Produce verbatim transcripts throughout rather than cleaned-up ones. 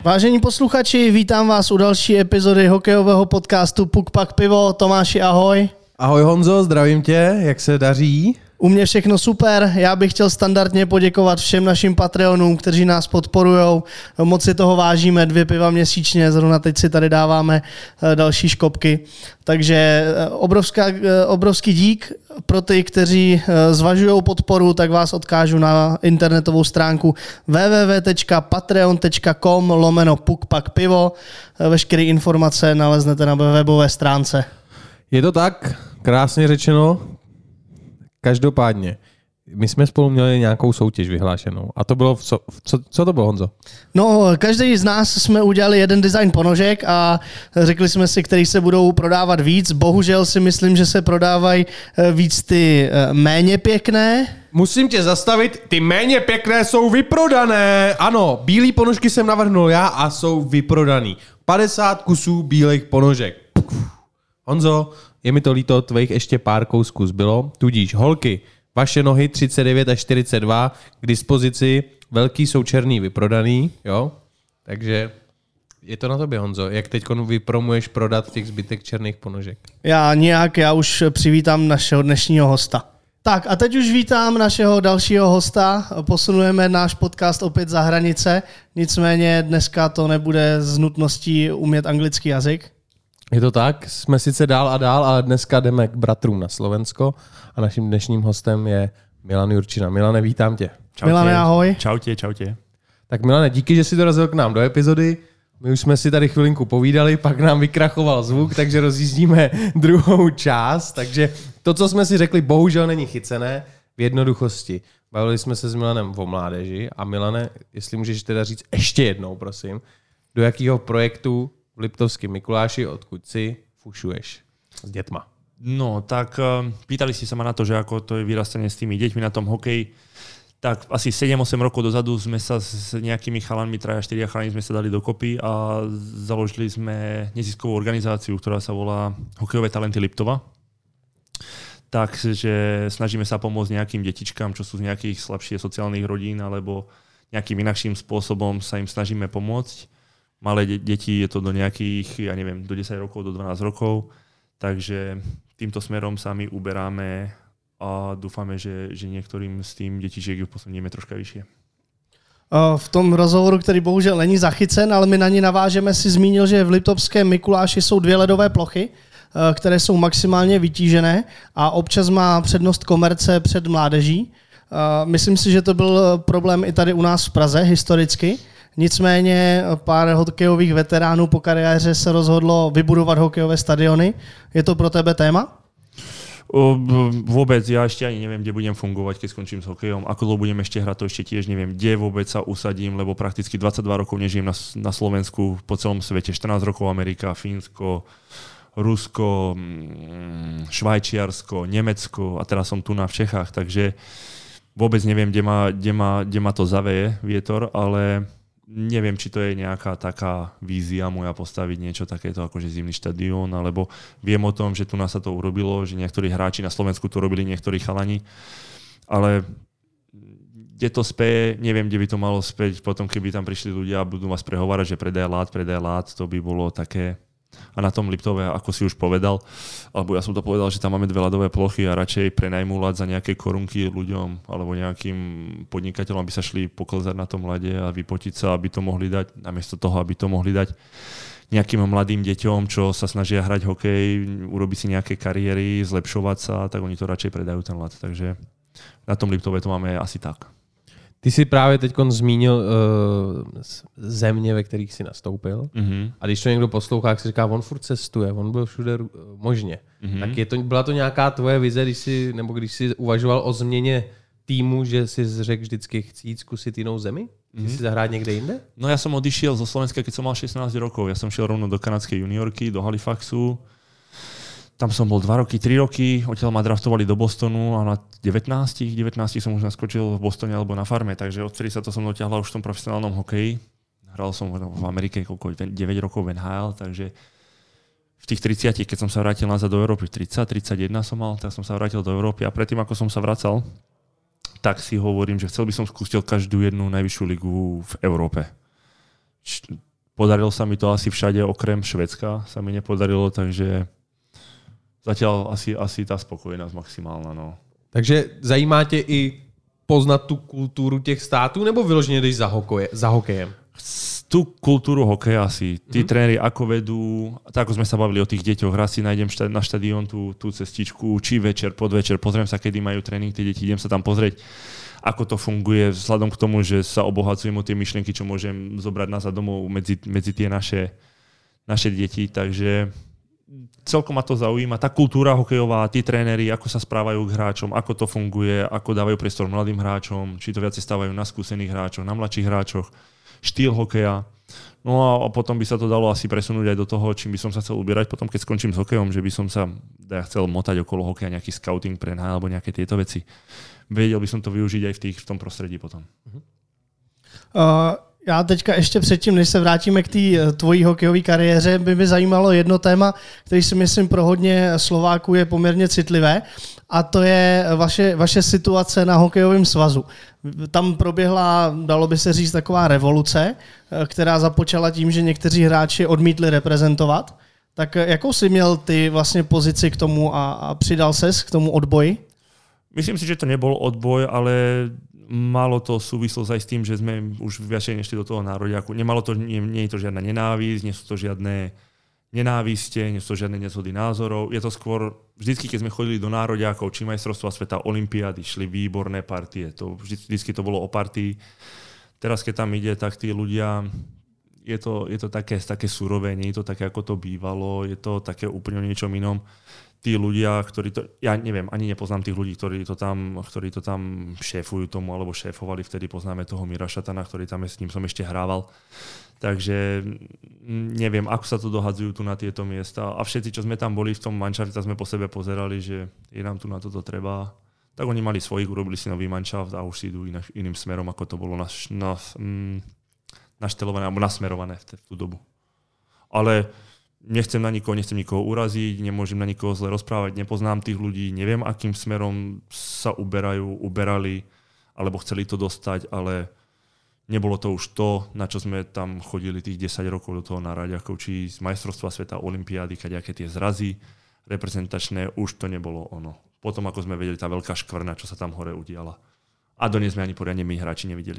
Vážení posluchači, vítám vás u další epizody hokejového podcastu Puk Pak Pivo. Tomáši, ahoj. Ahoj Honzo, zdravím tě, jak se daří? U mě všechno super, já bych chtěl standardně poděkovat všem našim Patreonům, kteří nás podporujou. Moc si toho vážíme, dvě piva měsíčně, zrovna teď si tady dáváme další škopky. Takže obrovská, obrovský dík pro ty, kteří zvažují podporu, tak vás odkážu na internetovou stránku w w w tečka patreon tečka com lomeno pukpakpivo. Veškeré informace naleznete na webové stránce. Je to tak, krásně řečeno. Každopádně, my jsme spolu měli nějakou soutěž vyhlášenou. A to bylo, co, co, co to bylo, Honzo? No, každý z nás jsme udělali jeden design ponožek a řekli jsme si, který se budou prodávat víc. Bohužel si myslím, že se prodávají víc ty méně pěkné. Musím tě zastavit, ty méně pěkné jsou vyprodané. Ano, bílý ponožky jsem navrhnul já a jsou vyprodaný. padesát kusů bílých ponožek. Honzo, je mi to líto, tvojich ještě pár kousků zbylo, tudíž holky, vaše nohy třicet devět až čtyřicet dva k dispozici, velký jsou černý vyprodaný, jo, takže je to na tobě, Honzo, jak teď vypromuješ prodat těch zbytek černých ponožek? Já nijak, já už přivítám našeho dnešního hosta. Tak a teď už vítám našeho dalšího hosta, posunujeme náš podcast opět za hranice, nicméně dneska to nebude z nutností umět anglický jazyk. Je to tak, jsme sice dál a dál, ale dneska jdeme k bratrům na Slovensko a naším dnešním hostem je Milan Jurčina. Milane, vítám tě. Čau Milane, tě. ahoj. Čau tě, čau tě. Tak Milane, díky, že jsi dorazil k nám do epizody. My už jsme si tady chvilinku povídali, pak nám vykrachoval zvuk, takže rozjíždíme druhou část. Takže to, co jsme si řekli, bohužel není chycené v jednoduchosti. Bavili jsme se s Milanem o mládeži a Milane, jestli můžeš teda říct ještě jednou, prosím, do jakého projektu v Liptovském Mikuláši, odkud si fušuješ s dětma? No, tak pýtali ste sa ma na to, že ako to je vyrastanie s tými deťmi na tom hokeji. Tak asi sedem osem rokov dozadu sme sa s nejakými chalanmi, traja štyria chalani sme sa dali dokopy a založili sme neziskovú organizáciu, ktorá sa volá Hokejové talenty Liptova. Takže snažíme sa pomôcť nejakým detičkám, čo sú z nejakých slabších sociálnych rodín, alebo nejakým inakším spôsobom sa im snažíme pomôcť. Malé de- deti je to do nejakých, ja neviem, do desať rokov, do dvanásť rokov. Takže týmto smerom sa my uberáme a dúfame, že, že niektorým z tým detičiek ju posunieme troška vyššie. V tom rozhovoru, který bohužel není zachycen, ale my na ní navážeme, si zmínil, že v Liptovském Mikuláši jsou dvě ledové plochy, které jsou maximálně vytížené a občas má přednost komerce před mládeží. Myslím si, že to byl problém i tady u nás v Praze historicky. Nicméně pár hokejových veteránů po kariéře se rozhodlo vybudovat hokejové stadiony. Je to pro tebe téma? O, vôbec, ja ešte ani neviem, kde budem fungovať, keď skončím s hokejom. Ako dlho budem ešte hrať, to ešte tiež neviem, kde vôbec sa usadím, lebo prakticky dvadsaťdva rokov nežijem na, na Slovensku, po celom svete, štrnásť rokov Amerika, Fínsko, Rusko, Švajčiarsko, Nemecko a teraz som tu na v Čechách, takže vôbec neviem, kde ma, kde ma, kde ma to zaveje vietor, ale neviem, či to je nejaká taká vízia moja postaviť niečo takéto ako že zimný štadión, alebo viem o tom, že tu nás sa to urobilo, že niektorí hráči na Slovensku to robili, niektorí chalani, ale kde to speje, neviem, kde by to malo späť potom, keby tam prišli ľudia a budú vás prehovárať, že predaj lát, predaj lát, to by bolo také. A na tom Liptove, ako si už povedal, alebo ja som to povedal, že tam máme dve ľadové plochy a radšej prenajmú ľad za nejaké korunky ľuďom alebo nejakým podnikateľom, aby sa šli poklzať na tom ľade a vypotiť sa, aby to mohli dať, namiesto toho, aby to mohli dať nejakým mladým deťom, čo sa snažia hrať hokej, urobiť si nejaké kariéry, zlepšovať sa, tak oni to radšej predajú ten ľad. Takže na tom Liptove to máme asi tak. Ty jsi právě teď zmínil uh, země, ve kterých jsi nastoupil. Mm-hmm. A když to někdo poslouchá, jak si říká, on furt cestuje, on byl všude uh, možně. Mm-hmm. Tak je to, byla to nějaká tvoje vize, když jsi, nebo když jsi uvažoval o změně týmu, že jsi řekl vždycky, chci jít zkusit jinou zemi? Chci mm-hmm. si zahrát někde jinde? No ja som odišiel zo Slovenska, keď som mal šestnásť rokov. Ja som šiel rovno do kanadskej juniorky, do Halifaxu. Tam som bol dva roky, tri roky, odtiaľ ma draftovali do Bostonu a na devätnásť, devätnásť som už naskočil v Bostone alebo na farme, takže odtedy sa to som dotiahla už v tom profesionálnom hokeji. Hral som v Amerike koľko, deväť rokov v en há el, takže v tých tridsiatich, keď som sa vrátil nazad do Európy, tridsať, tridsaťjeden som mal, tak som sa vrátil do Európy a predtým, ako som sa vracal, tak si hovorím, že chcel by som skúsiť každú jednu najvyššiu ligu v Európe. Podarilo sa mi to asi všade, okrem Švédska sa mi nepodarilo, takže zatiaľ asi, asi tá spokojnosť maximálna. No. Takže zajímá tě i poznat tu kulturu těch států, nebo vyloženě jdeš za, hokoje, za hokejem? Tú kultúru hokeja asi. Tí mm-hmm. tréneri ako vedú, tak ako sme sa bavili o tých deťoch, raz si nájdem šta, na štadión tú, tú cestičku, či večer, podvečer, pozriem sa, kedy majú tréning tie deti, idem sa tam pozrieť, ako to funguje, vzhľadom k tomu, že sa obohacujem o tie myšlienky, čo môžem zobrať nazad domov medzi, medzi tie naše, naše deti, takže celkom ma to zaujíma. Tá kultúra hokejová, tí tréneri, ako sa správajú k hráčom, ako to funguje, ako dávajú priestor mladým hráčom, či to viacej stávajú na skúsených hráčoch, na mladších hráčoch, štýl hokeja. No a potom by sa to dalo asi presunúť aj do toho, čím by som sa chcel ubierať potom, keď skončím s hokejom, že by som sa ja chcel motať okolo hokeja, nejaký scouting pre en há el alebo nejaké tieto veci. Vedel by som to využiť aj v, tých, v tom prostredí potom. Uh, já teďka ještě předtím, než se vrátíme k té tvojí hokejové kariéře, by mě zajímalo jedno téma, který si myslím pro hodně Slováků je poměrně citlivé, a to je vaše, vaše situace na hokejovém svazu. Tam proběhla, dalo by se říct, taková revoluce, která započala tím, že někteří hráči odmítli reprezentovat. Tak jakou jsi měl ty vlastně pozici k tomu a, a přidal ses k tomu odboji? Myslím si, že to nebol odboj, ale malo to súvislosť aj s tým, že sme už viacej nešli do toho národiaku. Nemalo to, nie, nie je to žiadna nenávisť, nie sú to žiadne nenáviste, nie sú to žiadne nezhody názorov. Je to skôr, vždycky, keď sme chodili do národiakov, či majstrovstva sveta, olympiády, šli výborné partie. To, vždy, vždycky to bolo o partii. Teraz, keď tam ide, tak tí ľudia, je to, je to také, také surové, nie je to také, ako to bývalo, je to také úplne o niečom inom. Tí ľudia, ktorí to, ja neviem, ani nepoznám tých ľudí, ktorí to tam, ktorí to tam šéfujú tomu, alebo šéfovali, vtedy poznáme toho Mira Šatana, ktorý tam je, s ním som ešte hrával. Takže neviem, ako sa tu dohadzujú tu na tieto miesta. A všetci, čo sme tam boli v tom manšafte, sme po sebe pozerali, že je nám tu na toto treba. Tak oni mali svojich, urobili si nový manšaft a už si idú inak, iným smerom, ako to bolo naš, na, mm, naštelované alebo nasmerované v, te, v tú dobu. Ale nechcem na nikoho, nechcem nikoho uraziť, nemôžem na nikoho zle rozprávať, nepoznám tých ľudí, neviem, akým smerom sa uberajú, uberali, alebo chceli to dostať, ale nebolo to už to, na čo sme tam chodili tých desať rokov do toho náraďakov, či z majstrovstva sveta, olympiády, kadejaké tie zrazy reprezentačné, už to nebolo ono. Potom, ako sme vedeli, tá veľká škvrna, čo sa tam hore udiala. A dnes sme ani poriadne my hráči nevideli.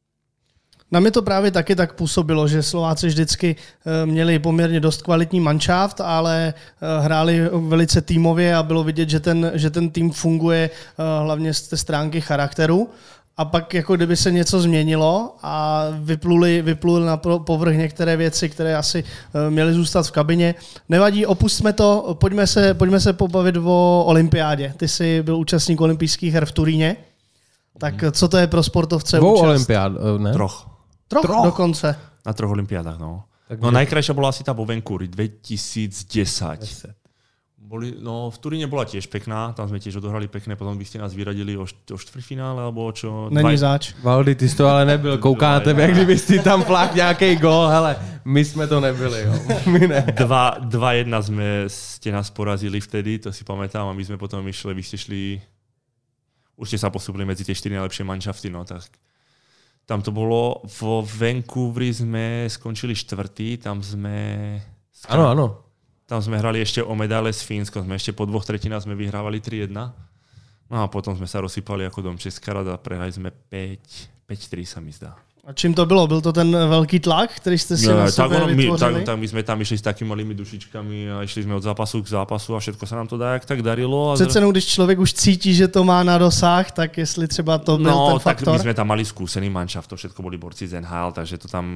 Na mě to právě taky tak působilo, že Slováci vždycky měli poměrně dost kvalitní manšaft, ale hráli velice týmově a bylo vidět, že ten, že ten tým funguje hlavně z té stránky charakteru. A pak jako kdyby se něco změnilo a vypluli, vypluli na povrch některé věci, které asi měly zůstat v kabině. Nevadí, opustme to, pojďme se, pojďme se pobavit o olympiádě. Ty jsi byl účastník olympijských her v Turíně. Tak co to je pro sportovce Dvou účast? olympiád, ne? Troch. Troch, Troch dokonce. Na troch olympiádach, no. Tak no najkrajšia bola asi tá vo Vancouveri dvetisícdesať. Boli, no v Turíne bola tiež pekná, tam sme tiež odohrali pekné, potom by ste nás vyradili o, o štvrťfinále, alebo o čo? Není zač. Valdy, ty jsi to ale nebyl, kouká na tebe, jak kdyby si tam flák nějaký gól, hele, my jsme to nebyli, jo. My ne. dva jedna sme, ste nás porazili vtedy, to si pamätám, a my sme potom išli, vy ste šli, už ste sa postupili medzi tie štyri najlepšie manšafty, no tak tam to bolo, vo Vancouveri sme skončili štvrtý, tam sme... Ano, ano. Tam sme hrali ešte o medaile s Fínskom, sme ešte po dvoch tretinách sme vyhrávali tri jedna. No a potom sme sa rozsypali ako dom Česká rada, prehrali sme päť tri sa mi zdá. A čím to bylo? Byl to ten velký tlak, který jste si no, na sebe tak, vytvořili? My, tak, tak my sme tam išli s takými malými dušičkami a išli sme od zápasu k zápasu a všetko sa nám to dá, jak tak darilo. Přece jenom, když člověk už cítí, že to má na dosah, tak jestli třeba to byl no, ten faktor? No, tak my sme tam mali skúsený manšaft, to všetko boli borci z en há el, takže to tam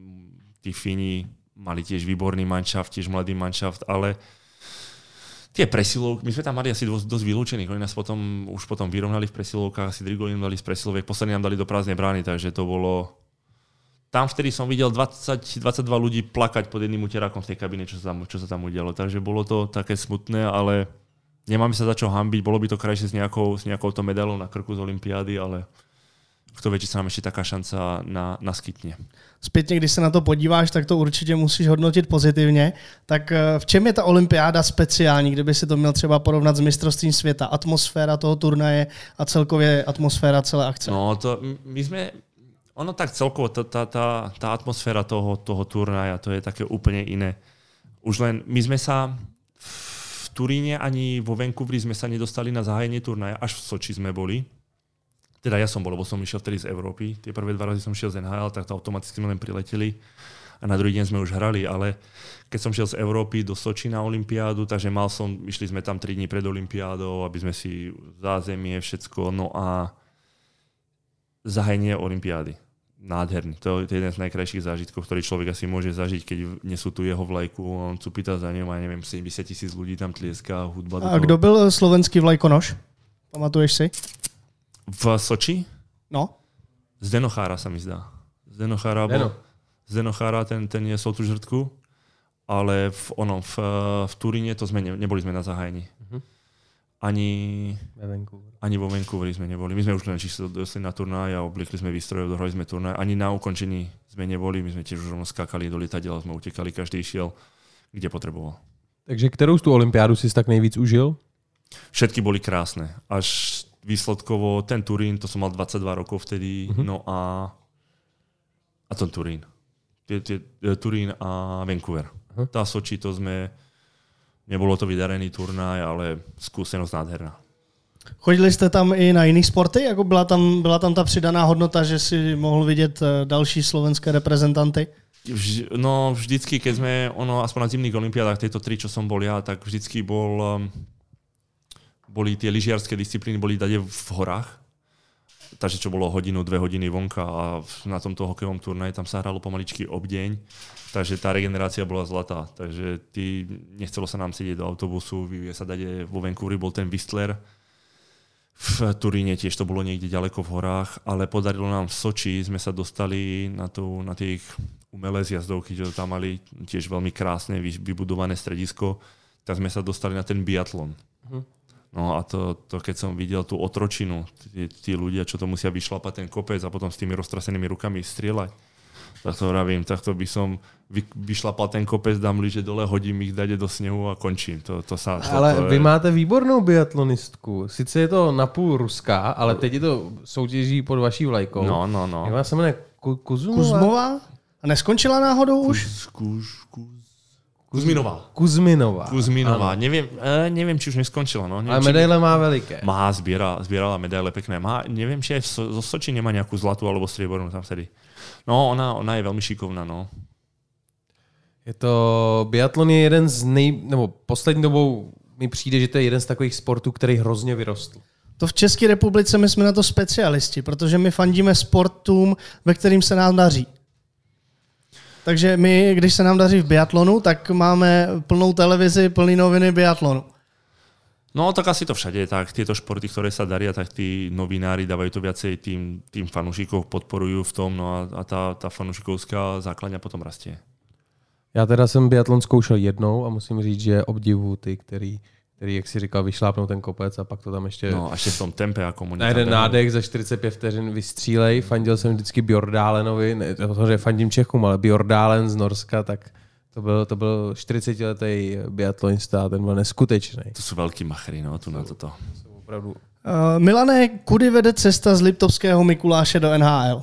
tí Fíni mali tiež výborný manšaft, tiež mladý manšaft, ale tie presilovky, my sme tam mali asi dosť, dosť vylúčených, oni nás potom, už potom vyrovnali v presilovkách, asi tri góly dali z presiloviek, posledný nám dali do prázdnej brány, takže to bolo... Tam vtedy som videl dvadsať dvadsaťdva ľudí plakať pod jedným uterákom v tej kabine, čo sa tam, čo sa tam udialo, takže bolo to také smutné, ale nemáme sa za čo hanbiť, bolo by to krajšie s nejakou, s nejakou to medailou na krku z olympiády, ale kto vie, či sa nám ešte taká šanca na, naskytne. Zpětně, když se na to podíváš, tak to určitě musíš hodnotit pozitivně. Tak v čem je ta olympiáda speciální, kdyby si to měl třeba porovnat s mistrovstvím světa? Atmosféra toho turnaje a celkově atmosféra celé akce. No, to my sme... Ono tak celkovo, tá, tá, tá, tá atmosféra toho, toho turnaja, to je také úplne iné. Už len my sme sa v Turíne ani vo Vancouveri sme sa nedostali na zahájenie turnaja, až v Soči sme boli. Teda ja som bol, lebo som išiel vtedy z Európy. Tie prvé dva razy som šiel z en há el, tak to automaticky sme len prileteli. A na druhý deň sme už hrali, ale keď som šiel z Európy do Soči na olympiádu, takže mal som, išli sme tam tri dní pred olympiádou, aby sme si zázemie, všetko, no a zahájenie olympiády. Nádherný. To je jeden z najkrajších zážitkov, ktorý človek asi môže zažiť, keď nesú tu jeho vlajku, on cupita za ňou a neviem, sedemdesiat tisíc ľudí tam tlieská, hudba. A kdo byl slovenský vlajkonoš? Pamatuješ si? V Soči? No. Zdeno Chára sa mi zdá. Zdeno Chára bol... Zdeno Chára, ten, ten niesol tú žrtku, ale v, ono, v, v Turíne to sme ne, neboli sme na zahájení. Uh-huh. Ani, ani vo Vancouveri sme neboli. My sme už len čisto dosli na turnaj a obliekli sme výstrojov, dohrali sme turnaj. Ani na ukončení sme neboli, my sme tiež už rovno skákali do lietadiela, sme utekali, každý išiel, kde potreboval. Takže kterou z tu olympiádu si tak nejvíc užil? Všetky boli krásne. Až výsledkovo ten Turín, to som mal dvadsaťdva rokov vtedy, uh-huh. no a, a ten Turín. Tie, tie, Turín a Vancouver. Uh-huh. Tá Soči, to sme... Nebolo to vydarený turnaj, ale skúsenosť nádherná. Chodili jste tam i na jiný sporty? Jako byla tam, byla tam ta přidaná hodnota, že si mohl vidět další slovenské reprezentanty? Vž, no vždycky, keď sme, ono, aspoň na zimných olympiádach, tieto tri, čo som bol ja, tak vždycky bol, um, boli tie lyžiarske disciplíny, boli dade v horách. Takže čo bolo hodinu, dve hodiny vonka a na tomto hokejovom turnaji tam sa hralo pomaličky obdeň. Takže tá regenerácia bola zlatá. Takže ty, nechcelo sa nám sedieť do autobusu, vyvie sa dade, vo Vancouveri bol ten Whistler. V Turíne tiež to bolo niekde ďaleko v horách, ale podarilo nám v Soči, sme sa dostali na, tú, na tých umelé zjazdovky, že tam mali tiež veľmi krásne vybudované stredisko, tak sme sa dostali na ten biatlon. Uh-huh. No a to, to, keď som videl tú otročinu, tí, tí ľudia, čo to musia vyšlapať ten kopec a potom s tými roztrasenými rukami strieľať, tak to vravím, takto by som vy, vyšlapal ten kopec, dám lyže dole, hodím ich dade do snehu a končím. To, to sa, to, ale to vy je... máte výbornou biatlonistku. Sice je to napůl ruská, ale teď je to soutěží pod vaší vlajkou. No, no, no. Jak vás se jmenuje? Kuzumová? Kuzmová? A neskončila náhodou už? Kuz, kuz, kuz. Kuzminová. Kuzminová. Kuzminová. Neviem, e, neviem, či už neskončila. No. Neviem, ale medaile či... má veliké. Má, zbierala, zbierala medaile pekné. Má, neviem, či aj so, zo Soči nemá nejakú zlatú alebo striebornú tam vtedy. No, ona, ona je veľmi šikovná, no. Je to, biatlon je jeden z nej, nebo poslední dobou mi přijde, že to je jeden z takových sportů, který hrozně vyrostl. To v České republice my jsme na to specialisti, protože my fandíme sportům, ve kterým se nám daří. Takže my, když se nám daří v biatlonu, tak máme plnou televizi, plný noviny biatlonu. No tak asi to všade je tak. Tieto športy, ktoré sa daria, tak tí novinári dávajú to viacej tým, tým fanúšikov, podporujú v tom, no a, a tá, tá fanúšikovská základňa potom rastie. Já teda jsem biatlon zkoušel jednou a musím říct, že obdivuju ty, který, který, jak si říkal, vyšlápnou ten kopec a pak to tam ještě... No a ještě v tom tempe, ako mu na jeden nádech za čtyřicet pět vteřin vystřílej. Fandil jsem vždycky Bjordálenovi, ne, protože fandím Čechům, ale Bjordálen z Norska, tak to byl, to byl čtyřicetiletý biatlonista, ten byl neskutečný. To jsou velký machry, no, tu na toto. Opravdu. Uh, Milane, kudy vede cesta z Liptovského Mikuláše do en há el?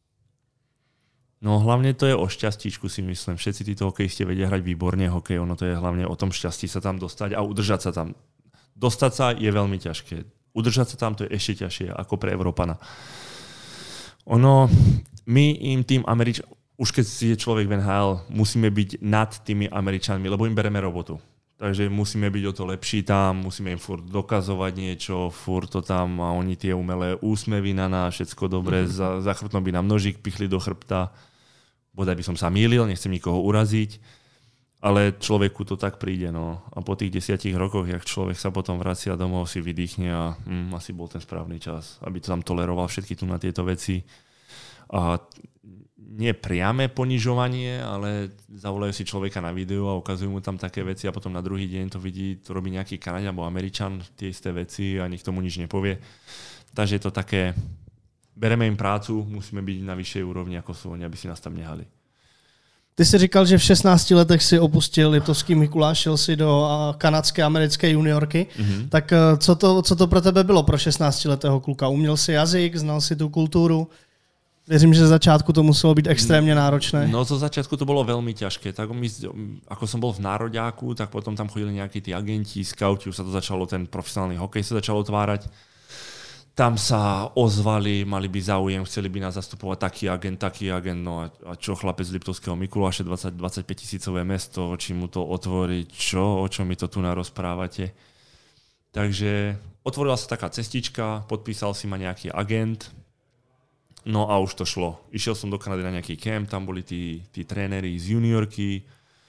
No hlavne to je o šťastíčku, si myslím. Všetci títo hokejisti vedia hrať výborne hokej, ono to je hlavne o tom šťastí sa tam dostať a udržať sa tam. Dostať sa je veľmi ťažké. Udržať sa tam to je ešte ťažšie ako pre Európana. Ono, my im tým Američ... Už keď je človek v en há el, musíme byť nad tými Američanmi, lebo im bereme robotu. Takže musíme byť o to lepší tam, musíme im furt dokazovať niečo, furt to tam a oni tie umelé úsmevy na nás, všetko dobre, mm-hmm. za, za chrbtom by nám nožík pichli do chrbta. Bodaj by som sa mýlil, nechcem nikoho uraziť, ale človeku to tak príde. No. A po tých desiatich rokoch, jak človek sa potom vracia domov, si vydýchne a hm, asi bol ten správny čas, aby to tam toleroval všetky tu na tieto veci. A nie priame ponižovanie, ale zavolajú si človeka na video a ukazujú mu tam také veci a potom na druhý deň to vidí, to robí nejaký Kanaďan alebo Američan, tie isté veci a nikto mu nič nepovie. Takže je to také... Bereme im prácu, musíme byť na vyššej úrovni, ako sú oni, aby si nás tam nehali. Ty jsi říkal, že v šestnácti letech si opustil Liptovský Mikuláš, šel si do kanadské, americké juniorky. Mm-hmm. Tak co to, co to pro tebe bylo pro šestnáctiletého kluka? Uměl si jazyk, znal si tu kulturu? Věřím, že z začátku to muselo být extrémně náročné. No zo začiatku to bolo veľmi ťažké. Tak my, ako som bol v nároďáku, tak potom tam chodili nejakí tí agenti, skauti, už sa to začalo, ten profesionálny hokej sa začal otvárať. Tam sa ozvali, mali by záujem, chceli by nás zastupovať taký agent, taký agent, no a, a čo chlapec z Liptovského Mikuláše, dvadsať až dvadsaťpäť tisícové mesto, či mu to otvoriť, čo, o čo mi to tu narozprávate. Takže otvorila sa taká cestička, podpísal si ma nejaký agent, no a už to šlo. Išiel som do Kanady na nejaký camp, tam boli tí, tí tréneri z juniorky.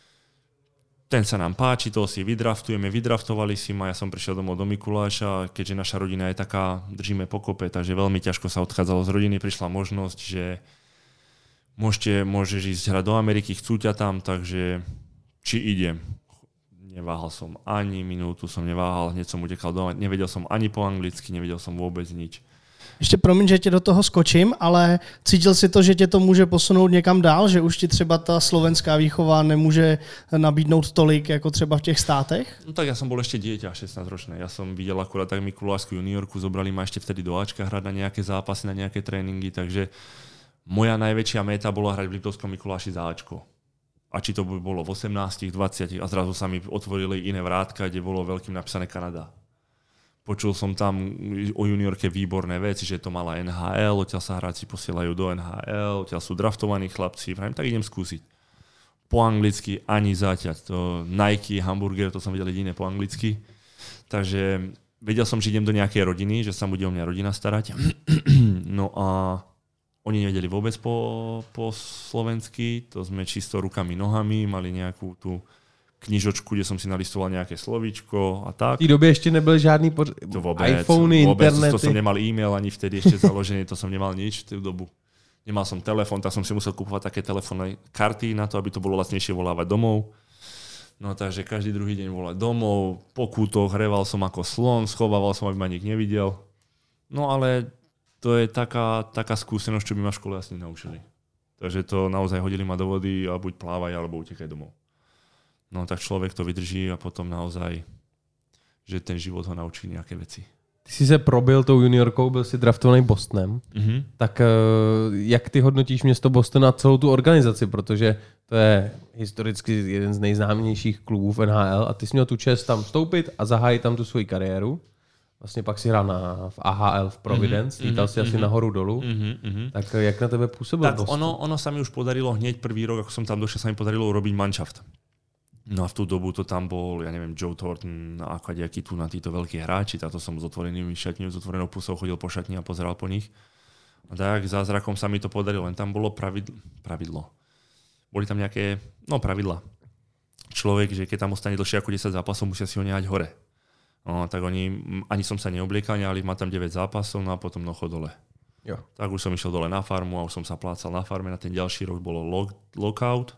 Ten sa nám páči, toho si vydraftujeme, vydraftovali si ma, ja som prišiel domov do Mikuláša, keďže naša rodina je taká, držíme pokope, takže veľmi ťažko sa odchádzalo z rodiny, prišla možnosť, že môžete, môžeš ísť hrať do Ameriky, chcú ťa tam, takže či idem. Neváhal som ani minútu, som neváhal, hneď som utekal doma, nevedel som ani po anglicky, nevedel som vôbec nič. Ještě promiň, že tě do toho skočím, ale cítil si to, že tě to může posunout někam dál, že už ti třeba ta slovenská výchova nemůže nabídnout tolik, jako třeba v těch státech? No tak ja som bol ešte dieťa, šestnásťročné. Ja som videl akurát tak Mikulášsku juniorku, zobrali ma ešte vtedy do Ačka hrať na nejaké zápasy, na nejaké tréningy, takže moja najväčšia méta bola hrať v Liptovskom Mikuláši za Ačko. A či to by bolo v osemnástich, dvadsiatich a zrazu sa mi otvorili iné vrátka, kde bolo veľkým napísané Kanada. Počul som tam o juniorke výborné veci, že to mala en há el, odtiaľ sa hráči posielajú do en há el, odtiaľ sú draftovaní chlapci, vrajím, tak idem skúsiť. Po anglicky ani zaťať. To Nike, hamburger, to som videl jediné po anglicky. Takže vedel som, že idem do nejakej rodiny, že sa bude o mňa rodina starať. No a oni nevedeli vôbec po, po slovensky, to sme čisto rukami, nohami, mali nejakú tú knižočku, kde som si nalistoval nejaké slovíčko a tak. V té době ještě nebyly žádný poř... to vôbec, iPhony, vôbec, internety. To som nemal e-mail ani vtedy ešte založený, to som nemal nič v tú dobu. Nemal som telefón, tak som si musel kúpovať také telefónne karty na to, aby to bolo lacnejšie volávať domov. No takže každý druhý deň volať domov, po kútoch, hreval som ako slon, schovával som, aby ma nik nevidel. No ale to je taká, taká skúsenosť, čo by ma v škole asi naučili. Takže to naozaj hodili ma do vody a buď plávaj, alebo utekaj domov. No tak člověk to vydrží a potom naozaj, že ten život ho naučí nějaké věci. Ty jsi se probil tou juniorkou, byl jsi draftovaný Bostonem. Mm-hmm. Tak jak ty hodnotíš město Boston a celou tu organizaci, protože to je historicky jeden z nejznámějších klubů v en há el a ty jsi měl tu čest tam vstoupit a zahájit tam tu svoji kariéru. Vlastně pak si hrál na, v á há el v Providence, mm-hmm, lítal si mm-hmm, asi nahoru dolů. Mm-hmm. Tak jak na tebe působil tak Boston? Ono, ono sa mi už podarilo hneď prvý rok, ako som tam došiel, sa mi podarilo urobiť manšaft. No a v tú dobu to tam bol, ja neviem, Joe Thornton a akadiakí tu na títo veľkí hráči, táto som s otvorenými šatňami, s otvorenou pusou chodil po šatni a pozeral po nich. A tak zázrakom sa mi to podarilo, len tam bolo pravidlo. pravidlo. Boli tam nejaké, no pravidla. Človek, že keď tam ostane dlhšie ako desať zápasov, musia si ho nehať hore. No tak oni, ani som sa neobliekal, nehali ma tam deväť zápasov, no a potom nocho dole. Jo. Tak už som išiel dole na farmu a už som sa plácal na farme, na ten ďalší rok bolo lock, lockout.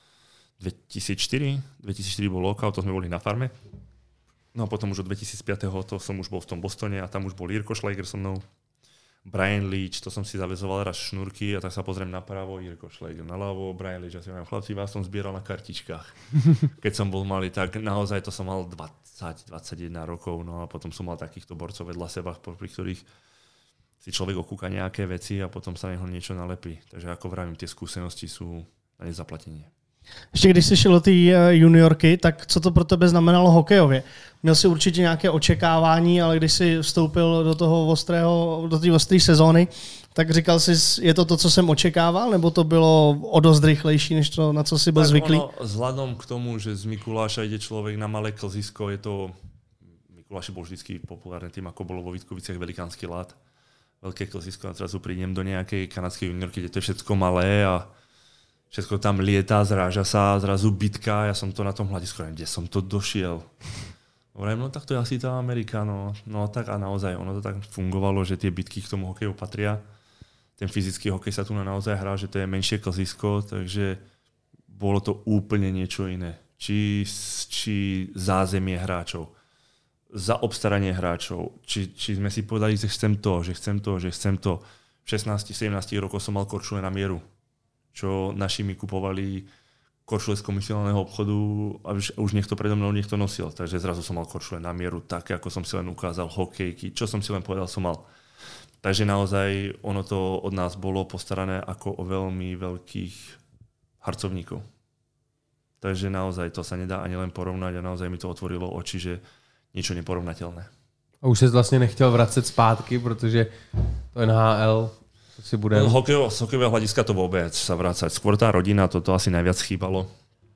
dvetisícštyri dvetisícštyri bol lockout, to sme boli na farme. No a potom už od dvetisícpäť to som už bol v tom Bostone a tam už bol Jirko Schleicher so mnou, Brian Leach, to som si zavezoval raz šnúrky a tak sa pozriem napravo, Jirko Schleicher naľavo, Brian Leach, a si hovorím, chlapci, vás som zbieral na kartičkách. Keď som bol malý, tak naozaj to som mal dvadsať dvadsaťjeden rokov, no a potom som mal takýchto borcov vedľa seba, pri ktorých si človek okúka nejaké veci a potom sa neho niečo nalepí. Takže ako vravím, tie skúsenosti sú na nezaplatenie. Ještě když jsi šel do té juniorky, tak co to pro tebe znamenalo hokejově? Měl jsi určitě nějaké očekávání, ale když jsi vstoupil do toho ostrého, do té ostré sezóny, tak říkal jsi, je to to, co jsem očekával, nebo to bylo o dost rychlejší, než to, na co jsi byl tak zvyklý? Ono, vzhľadom k tomu, že z Mikuláša ide človek na malé klzisko, je to, Mikuláš bol vždycky populárny tým, ako bolo vo Vítkoviciach velikánsky ľad. Veľké klzisko a zrazu prídem do nejakej kanadskej juniorky, kde to je všetko malé a všetko tam lietá, zráža sa, zrazu bitka, ja som to na tom hľadisku, neviem, kde som to došiel. Hovorím, no tak to je asi tá Amerika, no. No tak a naozaj, ono to tak fungovalo, že tie bitky k tomu hokeju patria. Ten fyzický hokej sa tu naozaj hrá, že to je menšie klzisko, takže bolo to úplne niečo iné. Či, či zázemie hráčov, zaobstaranie hráčov, či, či sme si povedali, že chcem to, že chcem to, že chcem to. V šestnásť sedemnásť rokov som mal korčule na mieru, čo naši mi kupovali korčule z komisionálneho obchodu a už, už niekto predo mnou niekto nosil. Takže zrazu som mal korčule na mieru také, ako som si len ukázal, hokejky, čo som si len povedal, som mal. Takže naozaj ono to od nás bolo postarané ako o veľmi veľkých harcovníkov. Takže naozaj to sa nedá ani len porovnať a naozaj mi to otvorilo oči, že niečo neporovnateľné. A už ses vlastně nechtěl vracet zpátky, protože to N H L to si bude... No, hokejov, z hokejového hľadiska to vôbec sa vrácať. Skôr tá rodina, toto asi najviac chýbalo.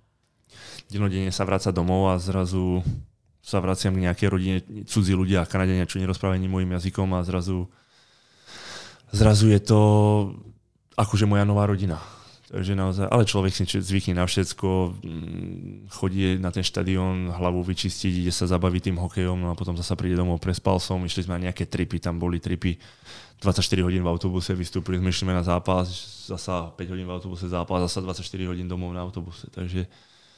Denodenne sa vrácať domov a zrazu sa vraciam k nejakej rodine, cudzí ľudia, Kanadenia, čo nerozprávajú mojím jazykom a zrazu zrazu je to akože moja nová rodina. Takže naozaj, ale človek si zvykne na všetko, chodí na ten štadión, hlavu vyčistiť, ide sa zabaviť tým hokejom, no a potom zasa príde domov, prespal som, išli sme na nejaké tripy, tam boli tripy dvadsaťštyri hodín v autobuse, vystúpili sme, išli na zápas, zasa päť hodín v autobuse zápas, zasa dvadsaťštyri hodín domov na autobuse, takže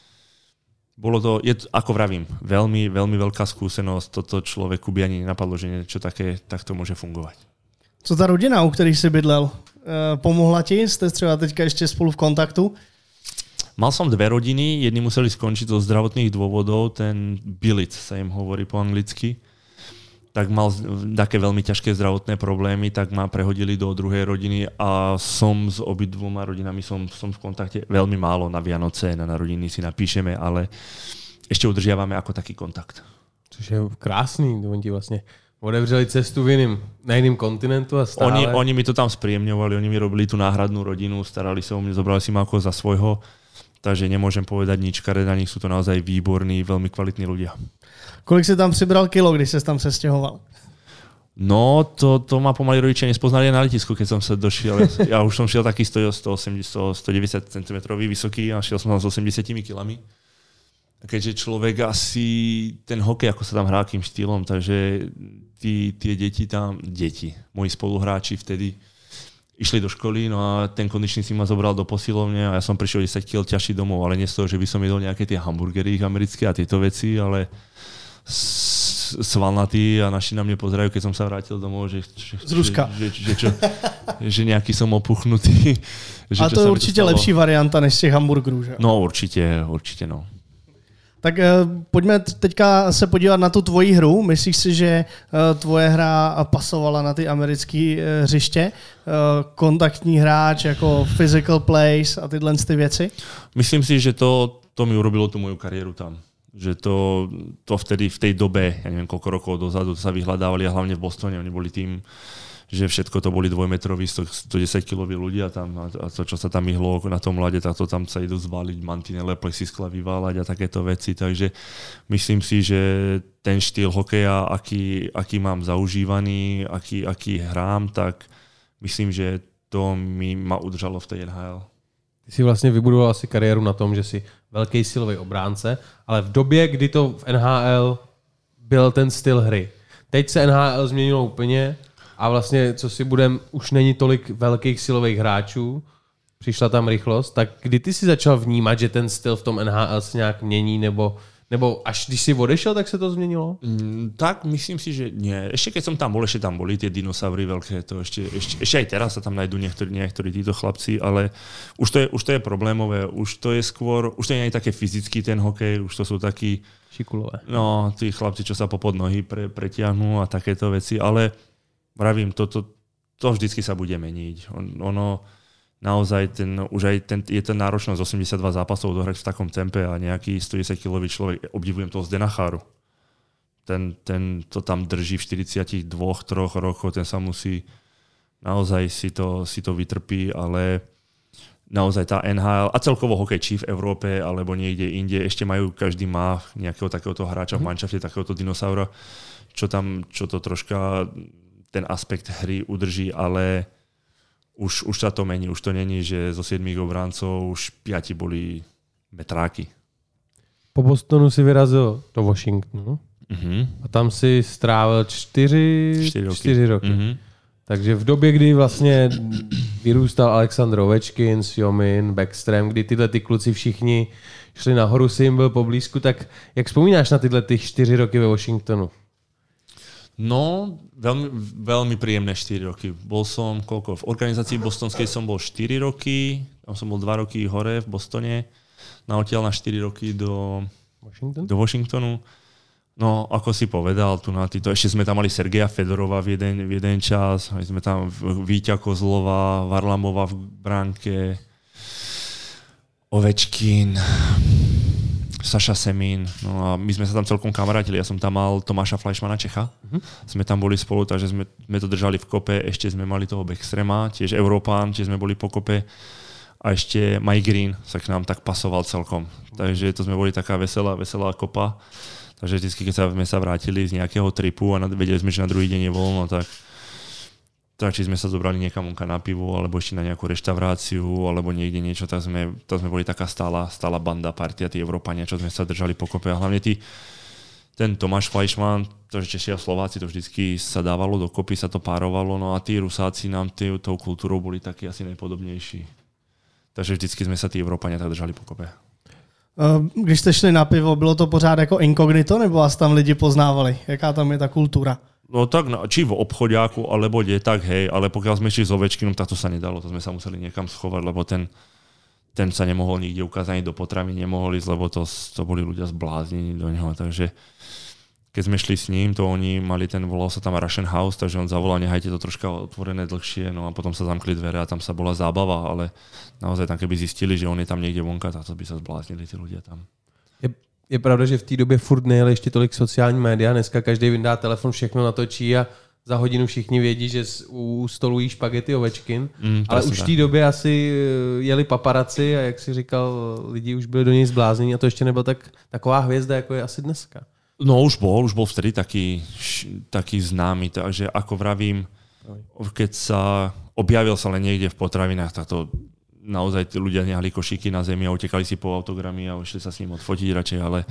bolo to, je, ako vravím, veľmi, veľmi veľká skúsenosť, toto človeku by ani nenapadlo, že niečo také takto môže fungovať. Co ta rodina, u kterých jsi bydlel, pomohla ti? Jste třeba teďka ještě spolu v kontaktu? Mal som dve rodiny, jedni museli skončiť zo zdravotných dôvodov, ten Bilic sa im hovorí po anglicky, tak mal také veľmi ťažké zdravotné problémy, tak ma prehodili do druhej rodiny a som s obidvoma rodinami som, som v kontakte veľmi málo na Vianoce, na narodiny si napíšeme, ale ešte udržiavame ako taký kontakt. Což je krásný, oni ti vlastne otevřeli cestu v jiným, na jiném kontinentu a stále... Oni, oni mi to tam spríjemňovali, oni mi robili tú náhradnú rodinu, starali sa o mňa, zobrali si ma ako za svojho, takže nemôžem povedať nič, kare na nich sú to naozaj výborní, veľmi kvalitní ľudia. Kolik si tam přibral kilo, když ses tam sestěhoval? No, to, to ma pomaly rodičia nespoznali na letisku, keď som sa došiel. Ja, ja už som šiel taký sto osemdesiat, stodeväťdesiat centimetrov vysoký a šiel som tam s osemdesiatimi kilami. A keďže človek asi ten hokej, ako sa tam hrá, akým štýlom, takže tí, tie deti tam, deti, moji spoluhráči vtedy išli do školy, no a ten kondičný si ma zobral do posilovne a ja som prišiel desať kíl ťažší domov, ale nie z toho, že by som jedol nejaké tie hamburgery americké a tieto veci, ale svalnatý a naši na mne pozerajú, keď som sa vrátil domov, že, že, z Ruska. Že, že, že, čo, že nejaký som opuchnutý. Že a to je určitě lepší varianta než z těch hamburgerů, že? No určitě, určitě no. Tak pojďme teďka se podívat na tu tvoji hru. Myslíš si, že tvoje hra pasovala na ty americké hřiště? Kontaktní hráč, jako physical plays a tyhle ty věci? Myslím si, že to, to mi urobilo tu moju kariéru tam. Že to, to vtedy, v tej dobe, ja neviem koľko rokov dozadu, to sa vyhľadávali a hlavne v Bostone. Oni boli tým, že všetko to boli dvojmetroví, stodesať kiloví ľudia tam a to, čo sa tam myhlo na tom ľade, tak to tam sa idú zvaliť, mantinele, plexiskla vyválať a takéto veci. Takže myslím si, že ten štýl hokeja, aký, aký mám zaužívaný, aký, aký hrám, tak myslím, že to mi ma udržalo v tej N H L. Ty si vlastně vybudoval asi kariéru na tom, že jsi velký silový obránce, ale v době, kdy to v N H L byl ten styl hry. Teď se N H L změnilo úplně a vlastně, co si budem, už není tolik velkých silových hráčů, přišla tam rychlost, tak kdy ty si začal vnímat, že ten styl v tom N H L se nějak mění, nebo, nebo až když si odešel, tak se to změnilo? Mm, tak myslím si, že nie. Ešte keď som tam bol, ešte tam boli tie dinosaury veľké, to ešte, ešte, ešte aj teraz sa tam nájdú niektorí, niektorí títo chlapci, ale už to, je, už to je problémové, už to je skôr, už to nie je také fyzický ten hokej, už to sú takí šikulové. No, tí chlapci, čo sa popod nohy pre, pretiahnú a takéto veci, ale vravím, to, to, to vždycky sa bude meniť. On, ono naozaj ten, už aj ten, je ten náročnosť osemdesiatdva zápasov dohrať v takom tempe a nejaký stodesaťkilový človek, obdivujem toho Zdena Cháru. Ten, ten to tam drží v štyridsiatich dvoch, troch rokoch, ten sa musí, naozaj si to, si to vytrpí, ale naozaj tá N H L a celkovo hokej, či v Európe, alebo niekde inde, ešte majú, každý má nejakého takéhoto hráča v manšafte, takéhoto dinosaura, čo tam, čo to troška ten aspekt hry udrží, ale Už, už sa to mení, už to není, že zo siedmých obráncov už piati boli metráky. Po Bostonu si vyrazil do Washingtonu uh-huh. a tam si strávil čtyři, čtyři roky. Čtyři roky. Uh-huh. Takže v době, kdy vlastně vyrůstal Alexander Ovečkin, Sjomin, Backstrom, kdy tyhle ty kluci všichni šli nahoru, si jim byl poblízku, tak jak vzpomínáš na tyhle ty čtyři roky ve Washingtonu? No, veľmi, veľmi príjemné štyri roky. Bol som, koľko, v organizácii bostonskej som bol štyri roky, tam som bol dva roky hore v Bostone, na odtiaľ na štyri roky do Washington? do Washingtonu. No, ako si povedal, tu na týto, ešte sme tam mali Sergeja Fedorova v jeden, v jeden čas, mali sme tam Víťa Kozlova, Varlamova v bránke, Ovečkin, Saša Semín, no a my sme sa tam celkom kamarátili, ja som tam mal Tomáša Fleischmana Čecha, uh-huh. sme tam boli spolu, takže sme, sme to držali v kope, ešte sme mali toho Backstrema, tiež Európán, tiež sme boli po kope a ešte Mike Green sa k nám tak pasoval celkom, takže to sme boli taká veselá, veselá kopa. Takže vždycky, keď sa, sme sa vrátili z nejakého tripu a vedeli sme, že na druhý deň je voľno, tak, tak či sme sa zobrali niekam unka na pivo, alebo ešte na nejakú reštauráciu, alebo niekde niečo, tak sme, tak sme boli taká stála, stála banda, partia, tí Európania, čo sme sa držali pokope. A hlavne tí, ten Tomáš Fleischmann, to, že Češi a Slováci, to vždycky sa dávalo dokopy, sa to párovalo, no a tí Rusáci nám tý, tou kultúrou boli takí asi najpodobnejší. Takže vždycky sme sa tí Európania tak držali pokope. Když jste šli na pivo, bylo to pořád jako inkognito, nebo vás tam lidi poznávali? Jaká tam je ta kultura? No tak, či v obchodiáku, alebo kde, tak hej, ale pokiaľ sme šli s Ovečkinom, tak to sa nedalo, to sme sa museli niekam schovať, lebo ten, ten sa nemohol nikde ukázať, ani do potravy nemohol ísť, lebo to, to boli ľudia zbláznení do neho, takže keď sme šli s ním, to oni mali ten, volal sa tam Russian House, takže on zavolal, nechajte to troška otvorené dlhšie, no a potom sa zamkli dvere a tam sa bola zábava, ale naozaj tam keby zistili, že on je tam niekde vonka, tak to by sa zbláznili tí ľudia tam. Je, je pravda, že v té době furt nejeli ještě tolik sociální média, dneska každý vyndá telefon, všechno natočí a za hodinu všichni vědí, že u stolu jí špagety Ovečkin, mm, ale už v té době asi jeli paparaci a jak si říkal, lidi už byli do něj zblázněni a to ještě nebyl tak, taková hvězda, jako je asi dneska. No už bol, už bol vtedy taký, taký známy, takže ako vravím, keď sa objavil sa len niekde v potravinách, tak to naozaj tí ľudia nehali košíky na zemi a utekali si po autogramy a išli sa s ním odfotiť radšej, ale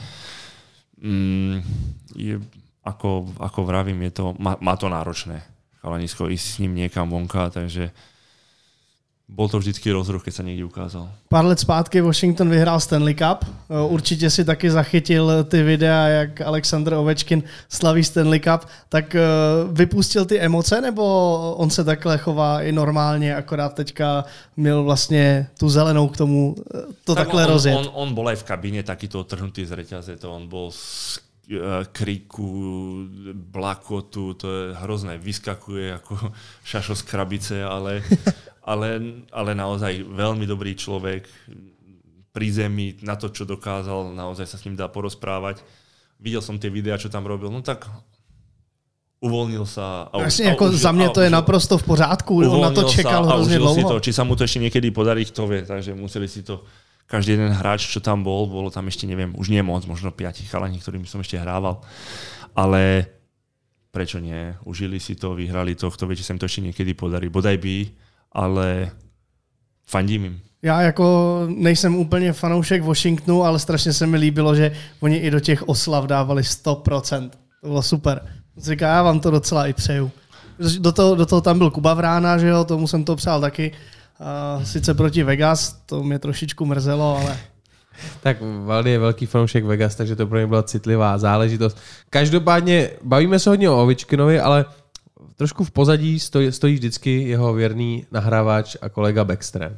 mm, je, ako, ako vravím, je to, má, má to náročné chalanisko ísť s ním niekam vonka, takže bol to vždycky rozruch, keď sa niekde ukázal. Pár let zpátky Washington vyhrál Stanley Cup. Určitě si taky zachytil ty videa, jak Alexander Ovečkin slaví Stanley Cup. Tak vypustil ty emoce, nebo on se takhle chová i normálně, akorát teďka měl vlastně tu zelenou k tomu to tak takhle on, rozjet? On, on bol aj v kabíne takýto trhnutý z reťaze, to on bol z kriku, blakotu, to je hrozné, vyskakuje ako šašo z krabice, ale Ale, ale naozaj veľmi dobrý človek pri zemi, na to, čo dokázal, naozaj sa s ním dá porozprávať. Videl som tie videá, čo tam robil, no tak uvoľnil sa. A Jasne, ako užil, za mňa to je užil, naprosto v pořádku, on na to čekal hrozne dlouho. To, či sa mu to ešte niekedy podarí, kto vie, takže museli si to, každý jeden hráč, čo tam bol, bolo tam ešte, neviem, už nie moc, možno piatich chalani, ktorými som ešte hrával, ale prečo nie, užili si to, vyhrali to, kto vie, či sa im to ešte niekedy podarí, bodaj by, ale fandím jim. Já jako nejsem úplně fanoušek Washingtonu, ale strašně se mi líbilo, že oni i do těch oslav dávali sto procent. To bylo super. Říká, já vám to docela i přeju. Do toho, do toho tam byl Kuba Vrána, že jo, tomu jsem to přál taky. A sice proti Vegas, to mě trošičku mrzelo, ale... Tak Valdy je velký fanoušek Vegas, takže to pro ně byla citlivá záležitost. Každopádně bavíme se hodně o Ovečkinovi, ale trošku v pozadí stojí, stojí vždycky jeho věrný nahrávač a kolega Backstrom.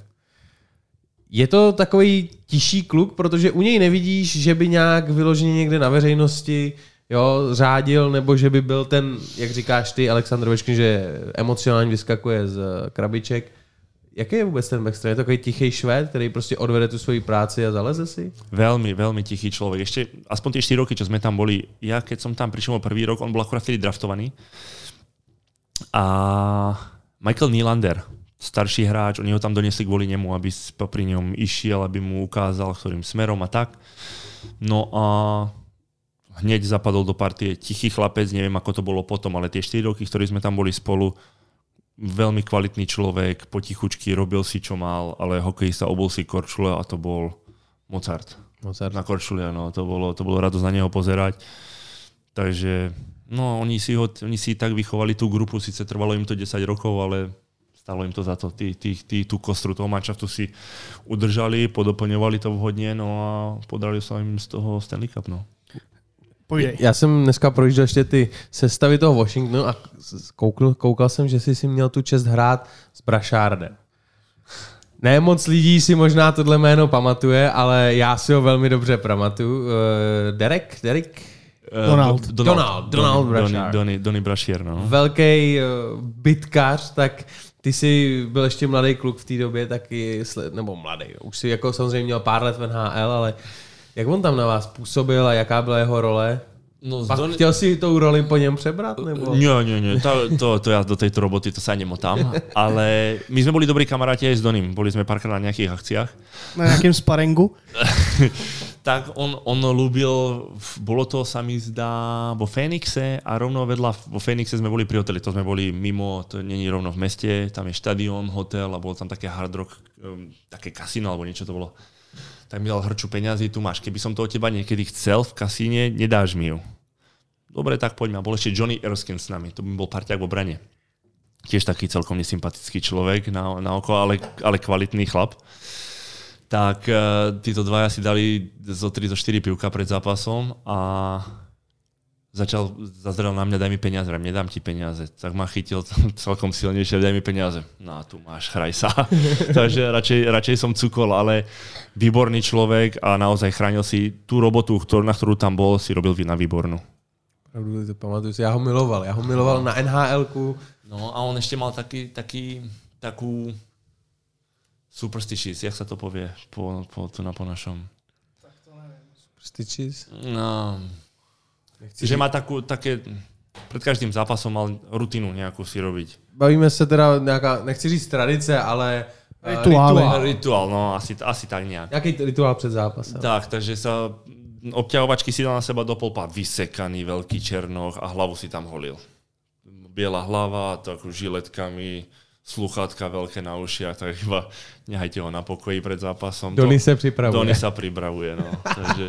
Je to takový tišší kluk, protože u něj nevidíš, že by nějak vyloženě někde na veřejnosti jo, řádil, nebo že by byl ten, jak říkáš ty, Alexander Ovečkin, že emocionálně vyskakuje z krabiček. Jaký je vůbec ten Backstrom? Je to takový tichý Švéd, který prostě odvede tu svoji práci a zaleze si? Veľmi, veľmi tichý človek. Ešte aspoň tie štyri roky, čo sme tam boli, ja keď som tam prišiel prvý rok, on bol akurát vtedy draftovaný. A Michael Nylander, starší hráč, oni ho tam donesli kvôli nemu, aby popri ňom išiel, aby mu ukázal, ktorým smerom a tak. No a hneď zapadol do partie tichý chlapec, neviem ako to bolo potom, ale tie štyri roky, ktorí sme tam boli spolu, veľmi kvalitný človek, potichučky, robil si čo mal, ale hokejista, obul si korčule a to bol Mozart. Mozart. Na korčuli, no, to bolo, to bolo radosť na neho pozerať. Takže no, oni si, ho, oni si tak vychovali tú grupu, síce trvalo im to desať rokov, ale stalo im to za to. Tí, tí, tí tú kostru toho manšaftu si udržali, podoplňovali to vhodne, no a podarilo sa im z toho Stanley Cup, no. Pojdej. Já jsem dneska projížděl ještě ty sestavy toho Washingtonu a koukl, koukal jsem, že jsi si měl tu čest hrát s Brašárdem. Ne moc lidí si možná tohle jméno pamatuje, ale já si ho velmi dobře pamatuju. Uh, Derek? Derek? Donald. Uh, Donald, Donald Brashear. Donny, Donny Brashear, no. Velký uh, bitkař, tak ty jsi byl ještě mladý kluk v té době, taky, nebo mladý, už si jako samozřejmě měl pár let v N H L, ale jak on tam na vás působil a jaká byla jeho role? No, Pak Don... chtěl si tou roli po něm přebrat? Nebo? Nie, nie, nie. To, to, to ja do tejto roboty to sa nemotám. Ale my sme boli dobrí kamaráti aj s Donim. Boli sme párkrát na nejakých akciách. Na nejakým sparingu? Tak on, on ľúbil, bolo to sa mi zdá vo Fénixe a rovno vedľa, vo Fénixe sme boli pri hoteli. To sme boli mimo, to není rovno v meste. Tam je štadión, hotel a bolo tam také hard rock, um, také kasino alebo niečo to bolo. Tak mi dal hrču peňazí, tu máš. Keby som to od teba niekedy chcel v kasíne, nedáš mi ju. Dobre, tak poďme. A bol ešte Johnny Erskine s nami. To by bol parťák v obrane. Tiež taký celkom nesympatický človek na, na oko, ale, ale kvalitný chlap. Tak uh, títo dvaja si dali zo tri zo štyri pivka pred zápasom a začal, zazrel na mňa, daj mi peniaze, nedám ti peniaze. Tak ma chytil celkom silnejšie, daj mi peniaze. No a tu máš, hraj sa. Takže radšej, radšej som cukol, ale výborný človek a naozaj chránil si tú robotu, ktorú, na ktorú tam bol, si robil na výbornú. Pravdu, to pamatuju si, já ho miloval. Já ho miloval na N H L ku. No a on ešte mal taký, taký, takú superstitious, jak sa to povie po, po, tu na po našom? Tak to neviem. Superstitious? No... Nechci že říct. má takú, také, pred každým zápasom mal rutinu nejakú si robiť. Bavíme se teda nějaká, nechci říct tradice, ale Rituály. rituál. Rituál, no asi, asi tak nejak. Nějaký rituál před zápasem. Tak, takže sa obťahovačky si dal na seba do polpa, vysekaný veľký černoch a hlavu si tam holil. Biela hlava, takú žiletkami, sluchátka veľké na ušiach, tak iba nehajte ho na pokoji pred zápasom. Donny se připravuje. Donny sa pripravuje, no. Takže...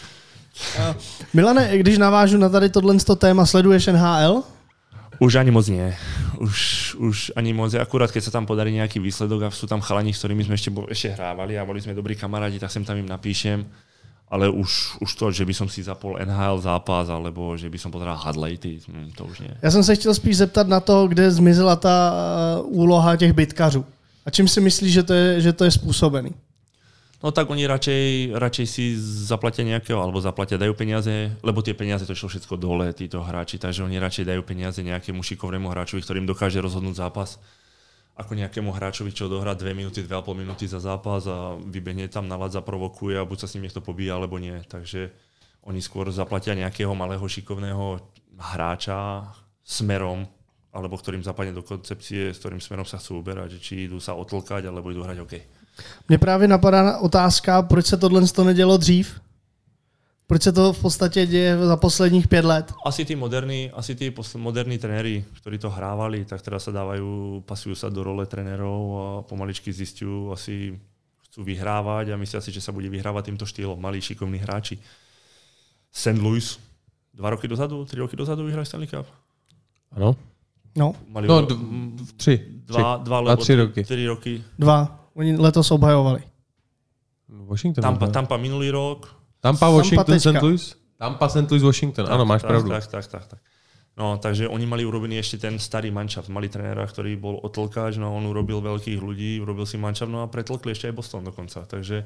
Uh, Milane, když navážu na tady tohle téma, sleduješ N H L? Už ani moc nie. Už, už ani moc. Akurát keď sa tam podarí nejaký výsledok a sú tam chalani, s ktorými sme ešte, ešte hrávali a boli sme dobrí kamaráti, tak sem tam im napíšem. Ale už, už to, že by som si zapol N H L zápas alebo že by som pozeral highlighty, hm, to už nie. Já jsem se chtěl spíš zeptat na to, kde zmizela ta uh, úloha těch bitkařů. A čím si myslíš, že to je, že to je způsobený? No tak oni radšej, radšej si zaplatia nejakého, alebo zaplatia, dajú peniaze, lebo tie peniaze to išlo všetko dole, títo hráči, takže oni radšej dajú peniaze nejakému šikovnému hráčovi, ktorým dokáže rozhodnúť zápas, ako nejakému hráčovi, čo dohrá dve minúty, dve a pol minúty za zápas a vybehne tam na ľad, zaprovokuje a buď sa s ním niekto pobíja, alebo nie. Takže oni skôr zaplatia nejakého malého šikovného hráča smerom, alebo ktorým zapadne do koncepcie, s ktorým smerom sa chcú uberať, že či idú sa otlkať, alebo idú hrať hokej. Mně právě napadá otázka, proč se tohle to nedělo dřív? Proč se to v podstatě děje za posledních pět let? Asi tí moderní, asi tí moderní trenéri, ktorí to hrávali, tak teraz sa dávajú, pasujú sa do role trenérov a pomaličky zistujú, asi chcú vyhrávať a myslia si, že sa bude vyhrávať týmto štýlom. Malí šikovní hráči. Saint Louis, dva roky dozadu, tri roky dozadu vyhrali Stanley Cup. Ano. No, Mali No, ro- d- tři. dva, dva, A lebo tři roky. Tri roky. dva. Oni letos obhajovali. Washington. Tampa, Tampa minulý rok. Tampa, Washington, tečka. Saint Louis? Tampa, Saint Louis, Washington. Ano, máš tak, pravdu. Tak, tak, tak, tak. No, takže oni mali urobený ešte ten starý manšaft. Mali trénera, ktorý bol otlkáč, no on urobil veľkých ľudí, urobil si manšaft, no a pretlkli ešte aj Boston dokonca. Takže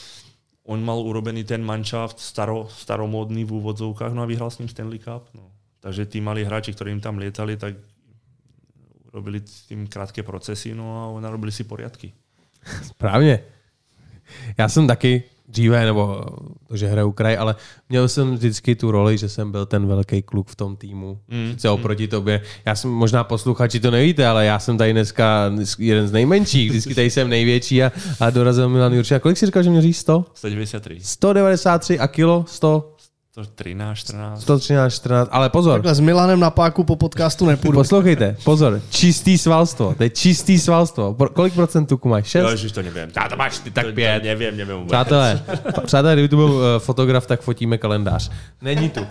on mal urobený ten manšaft staro, staromódny v úvodzovkách, no a vyhral s ním Stanley Cup. No. Takže tí mali hráči, ktorí im tam lietali, tak robili s tým krátké procesy, no a narobili si poriadky. Správně. Já jsem taky dříve, nebo to, že hraju kraj, ale měl jsem vždycky tu roli, že jsem byl ten velký kluk v tom týmu. Mm. Sice oproti tobě. Já jsem, možná posluchači to nevíte, ale já jsem tady dneska jeden z nejmenších. Vždycky tady jsem největší a, a dorazil Milan Jurčík. A kolik jsi říkal, že měříš sto? sto deväťdesiattri. sto devadesát tři a kilo sto? sto trinásť, štrnásť. sto třináct, čtrnáct. Ale pozor. Takhle s Milanem na páku po podcastu nepůjdu. Poslouchejte, pozor. Čistý svalstvo. To je čistý svalstvo. Pro- Kolik procent tuku máš? šest? Ježiš, to neviem. Já to máš ty tak To- to pět. Neviem, neviem vôbec. Přátelé, přátelé, kdyby tu byl uh, fotograf, tak fotíme kalendář. Není tu.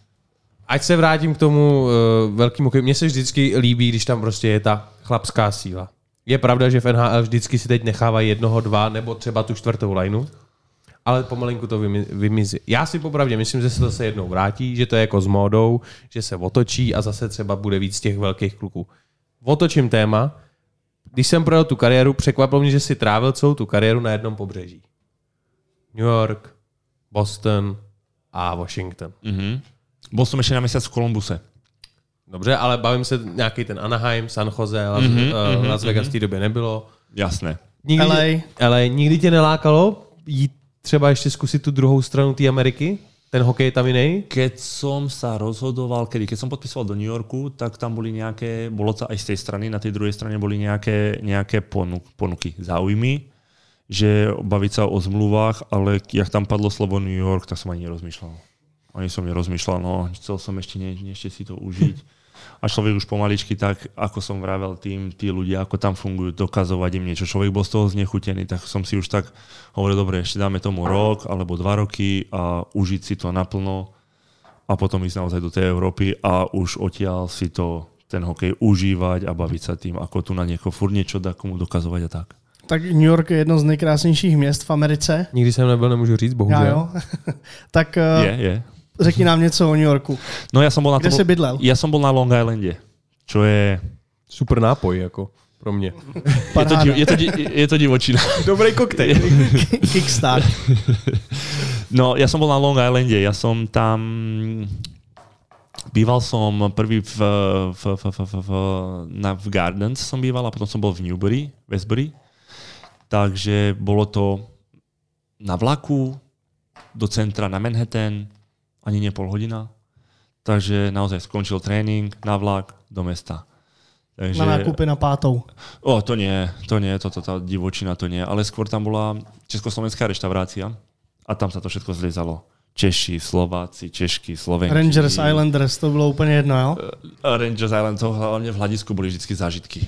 Ať se vrátím k tomu uh, velkému hokeji. Mně se vždycky líbí, když tam prostě je ta chlapská síla. Je pravda, že v N H L vždycky si teď nechávají jednoho, dva nebo třeba tu čtvrtou lineu, ale pomalinku to vymi- vymizí. Já si popravdě myslím, že se to se jednou vrátí, že to je jako s módou, že se otočí a zase třeba bude víc těch velkých kluků. Otočím téma. Když jsem projel tu kariéru, překvapilo mě, že si trávil celou tu kariéru na jednom pobřeží. New York, Boston a Washington. Mhm. Bol som ešte na mesiac v Columbuse. Dobře, ale bavím se nějaký ten Anaheim, San Jose, Las, Mhm, uh, mhm, Las Vegas mhm. v té době nebylo. Jasné. Nikdy, L A. L A. Nikdy tě nelákalo jít třeba ještě zkusit tu druhou stranu té Ameriky? Ten hokej je tam iný? Keď som sa rozhodoval, kedy, keď som podpisoval do New Yorku, tak tam boli nejaké, bolo to aj z tej strany, na tej druhej strane boli nejaké, nejaké ponuk, ponuky, záujmy, že baviť sa o zmluvách, ale jak tam padlo slovo New York, tak som ani nerozmýšľal. Ani som nerozmýšľal, no, chcel som ešte, nie, ešte si to užiť. A človek už pomaličky tak, ako som vravel tým, tí ľudia, ako tam fungujú, dokazovať im niečo. Človek bol z toho znechutený, tak som si už tak hovoril, dobre, ešte dáme tomu rok alebo dva roky a užiť si to naplno a potom ísť naozaj do tej Európy a už odtiaľ si to, ten hokej užívať a baviť sa tým, ako tu na niekoho furt niečo dá komu dokazovať a tak. Tak New York je jedno z nejkrásnějších měst v Americe. Nikdy jsem nebyl, nemůžu říct, bohužel. Já jo. Tak uh, Je, je. řekni nám něco o New Yorku. No ja som bol na Kde tom, jsi bydlel? Ja som bol na Long Islande, čo je... Super nápoj, jako pro mě. Je to, div, je, to, je to divočina. Dobrý koktejl. Kickstart. No, ja som bol na Long Islande, ja som tam... Býval som prvý v, v, v, v, v, v, na, v Gardens som býval a potom som bol v Newbury, Westbury. Takže bolo to na vlaku do centra na Manhattan, ani nie pol hodina. Takže naozaj skončil trénink, na vlak, do mesta. Takže... Na nákupy na pátou. O, to nie, to nie, toto, tá divočina to nie. Ale skôr tam bola československá reštaurácia a tam sa to všetko zliezalo. Češi, Slováci, Češky, Slovenci. Rangers, Islanders, to bylo úplně jedno, jo? Rangers Island, to hlavne v hľadisku boli vždy zážitky.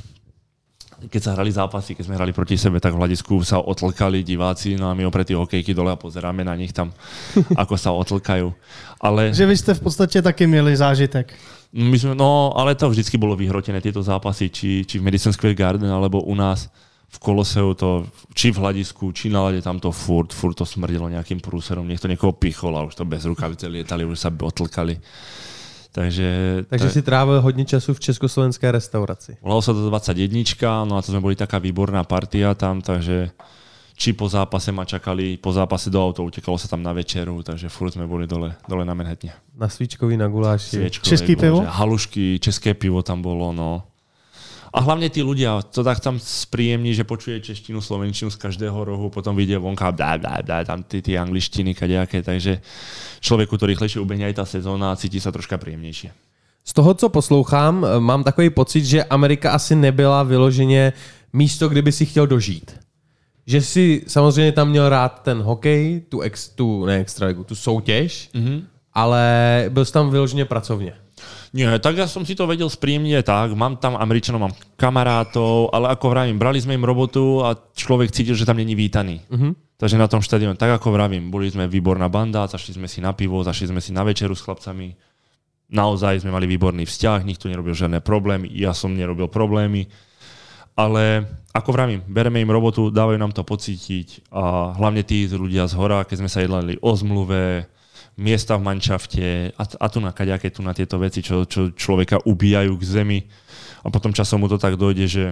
Keď sa hrali zápasy, keď sme hrali proti sebe, tak v hľadisku sa otlkali diváci, no a my opretí hokejky dole a pozeráme na nich tam, ako sa otlkajú. Ale... Že vy jste v podstatě taky měli zážitek. My sme, no, ale to vždycky bolo vyhrotené, tieto zápasy, či, či v Madison Square Garden, alebo u nás v Koloseu, to, či v hľadisku, či na lade, tam to furt, furt to smrdilo nejakým prúserom, niekto niekoho pichol a už to bez rukavice lietali, už sa otlkali. Takže, Takže to, si trávil hodně času v československé restauraci. volalo sa to dvadsaťjednička, no a to sme boli taká výborná partia tam, takže či po zápase ma čakali, po zápase do auto, utekalo sa tam na večeru, takže furt sme boli dole, dole na Manhattane. Na svíčkový, na guláši. Sviečkové, Český pivo? Halušky, české pivo tam bolo, no. A hlavne tí ľudia, to tak tam spríjemní, že počuje češtinu, slovenčinu z každého rohu, potom vyjde vonka, blá, blá, blá, tam ty, ty angličtiny kadejaké, takže člověku to rychlejšie ubehne aj tá sezóna a cítí sa troška príjemnejšie. Z toho, co poslouchám, mám takový pocit, že Amerika asi nebyla vyloženě místo, kde by si chtěl dožít. Že si samozřejmě tam měl rád ten hokej, tu, ex, tu ne extraligu, tu soutěž, mm-hmm. ale byl jsi tam vyloženě pracovně. Nie, tak ja som si to vedel spríjemniť aj tak. Mám tam Američanov, mám kamarátov, ale ako vravím, brali sme im robotu a človek cítil, že tam není vítaný. Uh-huh. Takže na tom štadióne, tak ako vravím, boli sme výborná banda, zašli sme si na pivo, zašli sme si na večeru s chlapcami. Naozaj sme mali výborný vzťah, nikto nerobil žiadne problémy, ja som nerobil problémy. Ale ako vravím, bereme im robotu, dávajú nám to pocítiť a hlavne tí ľudia z hora, keď sme sa jedlali o zmluve, miesta v manšafte a, a tu na kaďaké, tu na tieto veci, čo, čo človeka ubíjajú k zemi a potom časom mu to tak dojde, že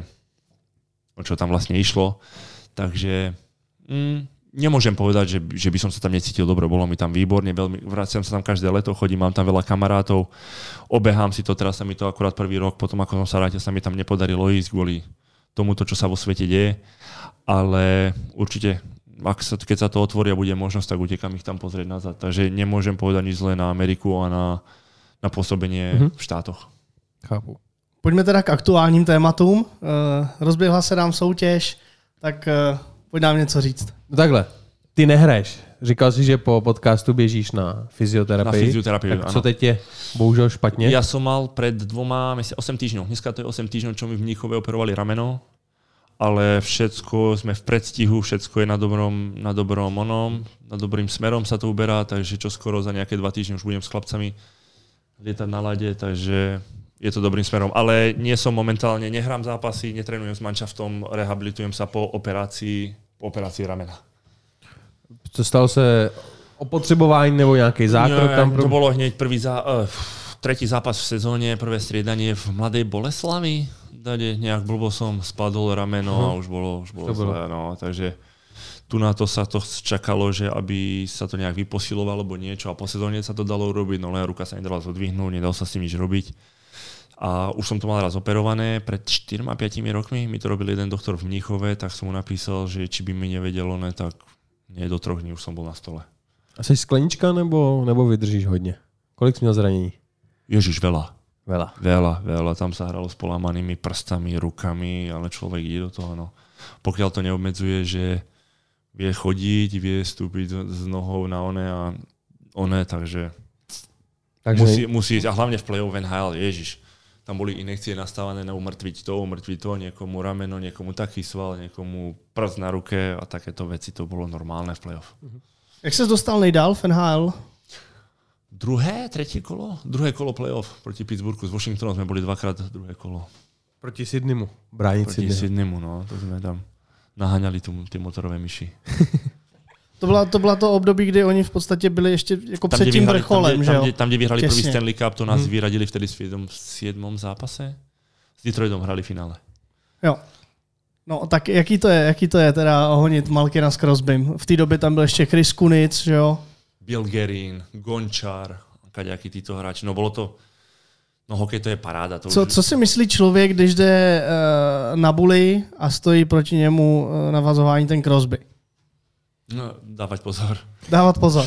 o čo tam vlastne išlo. Takže mm, nemôžem povedať, že, že by som sa tam necítil dobre, bolo mi tam výborne, veľmi, vraciam sa tam každé leto, chodím, mám tam veľa kamarátov, obehám si to, teraz sa mi to akurát prvý rok, potom ako som sa vrátil, sa mi tam nepodarilo ísť kvôli tomuto, čo sa vo svete deje, ale určite ak sa, keď sa to otvorí a bude možnosť, tak utekám ich tam pozrieť nazad. Takže nemôžem povedať nič zlé na Ameriku a na, na pôsobenie mm-hmm. v štátoch. Chápu. Pojďme teda k aktuálním tématům. Rozběhla se nám soutěž, tak pojď nám něco říct. No takhle, ty nehraješ. Říkal jsi, že po podcastu běžíš na fyzioterapii. Na fyzioterapii, tak áno. co teď je bohužel špatně? Ja som mal pred dvoma, myslím, osem týždňov. Dneska to je osem týždňov, čo mi v Mníchove operovali rameno. Ale všetko, sme v predstihu, všetko je na dobrom, na dobrom onom, na dobrým smerom sa to uberá, takže čo skoro za nejaké dva týždne už budem s chlapcami lietať na lade, takže je to dobrým smerom. Ale nie som momentálne, nehrám zápasy, netrenujem s manšaftom, rehabilitujem sa po operácii, po operácii ramena. To stalo se opotřebování nebo nějaký zákrok Nie, tam? Pro... To bolo hneď prvý zá, uh, tretí zápas v sezóne, prvé striedanie v Mladej Boleslavi. Dade nejak blbo som spadol rameno uh-huh. a už bolo, už bolo zlé, no, takže Tu na to sa to čakalo, že aby sa to nejak vyposilovalo alebo niečo a po sezóne sa to dalo urobiť, no len ruka sa nedala zodvihnúť, nedalo sa s tým nič robiť. A už som to mal raz operované, pred štyri päť rokmi mi to robil jeden doktor v Mníchove, tak som mu napísal, že či by mi nevedelo, ne, tak nie, do troch dní už som bol na stole. A jsi sklenička nebo, nebo vydržíš hodně? Kolik jsi měl zranění? Ježiš, veľa. Veľa. Veľa, veľa. Tam sa hralo s polámanými prstami, rukami, ale človek ide do toho. No. Pokiaľ to neobmedzuje, že vie chodiť, vie vstúpiť s nohou na one a one, takže, takže musí, musí ísť. A hlavne v play-off N H L, ježiš. Tam boli injekcie nastavené na umrtviť to, umrtviť to, niekomu rameno, niekomu taký sval, niekomu prst na ruke a takéto veci, to bolo normálne v play-off. Jak ses dostal nejdál v N H L? Druhé, tretie kolo? Druhé kolo play-off proti Pittsburghu. S Washingtonom sme boli dvakrát druhé kolo. Proti Sydneymu. Bránit Proti Sydneymu. Sydneymu, no. To sme tam naháňali tu, ty motorové myši. To byla, to byla to období, kdy oni v podstatě byli ještě jako Tam, před tím vyhrali, vrcholem, tam, že jo? Tam, tam, kde vyhrali Těsně. prvý Stanley Cup, to nás Hmm. vyradili vtedy v siedmom, siedmom zápase. S Detroitom hrali finále. Jo. No tak jaký to je, jaký to je teda honit Malkina s Crosbym? V té době tam byl ještě Chris Kunitz, že jo? Bill Guerin, Gončar, kaďakí títo hráči. No bolo to, no hokej to je paráda. To Co, už... co si myslí člověk, když jde uh, na bully a stojí proti němu uh, na vazování ten Crosby? No, dávať pozor. Dávat pozor.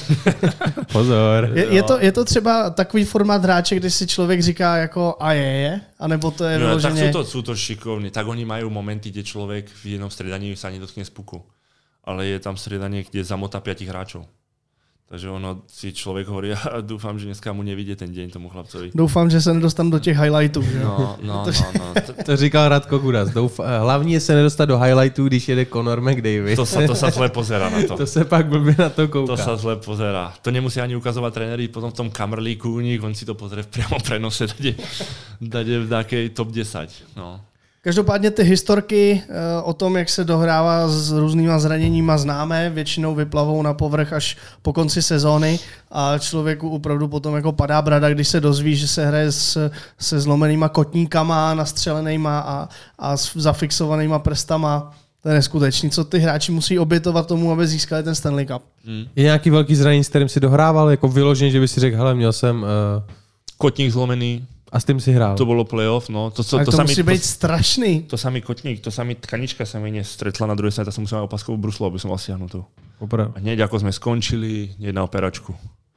Pozor. Je, je, to, je to třeba takový formát hráče, kdy si člověk říká jako a je je? A nebo to je No, tak vyloženě... sú to, sú to šikovní. Tak oni majú momenty, kde človek v jednom striedaní sa nedotkne z puku. Ale je tam striedanie, kde zamotá piatich hráčov. Takže ono si človek hovorí, ja dúfam, že dneska mu nevidie ten deň tomu chlapcovi. Doufám, že se nedostanu do těch highlightů. Že? No, no, no, no. To, To říkal Radko Kudas. Douf- hlavní je se nedostat do highlightů, když jede Conor McDavid. to, sa, to sa zle pozerá na to. To se pak blbě na to kouká. To sa zle pozerá. To nemusí ani ukazovať tréneri potom v tom kamerlíku u nich, on si to pozrie v priamom prenose, dade, dade v nejakej top desať. No. Každopádně ty historky uh, o tom, jak se dohrává s různýma zraněníma známé, většinou vyplavou na povrch až po konci sezóny a člověku opravdu potom jako padá brada, když se dozví, že se hraje s, se zlomenýma kotníkama, nastřelenýma a, a s zafixovanýma prstama. To je neskutečný, co ty hráči musí obětovat tomu, aby získali ten Stanley Cup. Hmm. Je nějaký velký zranění, s kterým si dohrával, jako vyloženě, že by si řekl, hele, měl jsem... Uh, Kotník zlomený, a s tím si hrál. to bolo playoff, no. To, to, Ale to, to, sa musí mi, být to, strašný. to sa mi kotník, to sa mi tkanička sa mi nestretla na druhej strane, tak som musel mať opaskovú bruslu, aby som mal stiahnutú. Opravdu. A hneď ako sme skončili, hneď na operačku.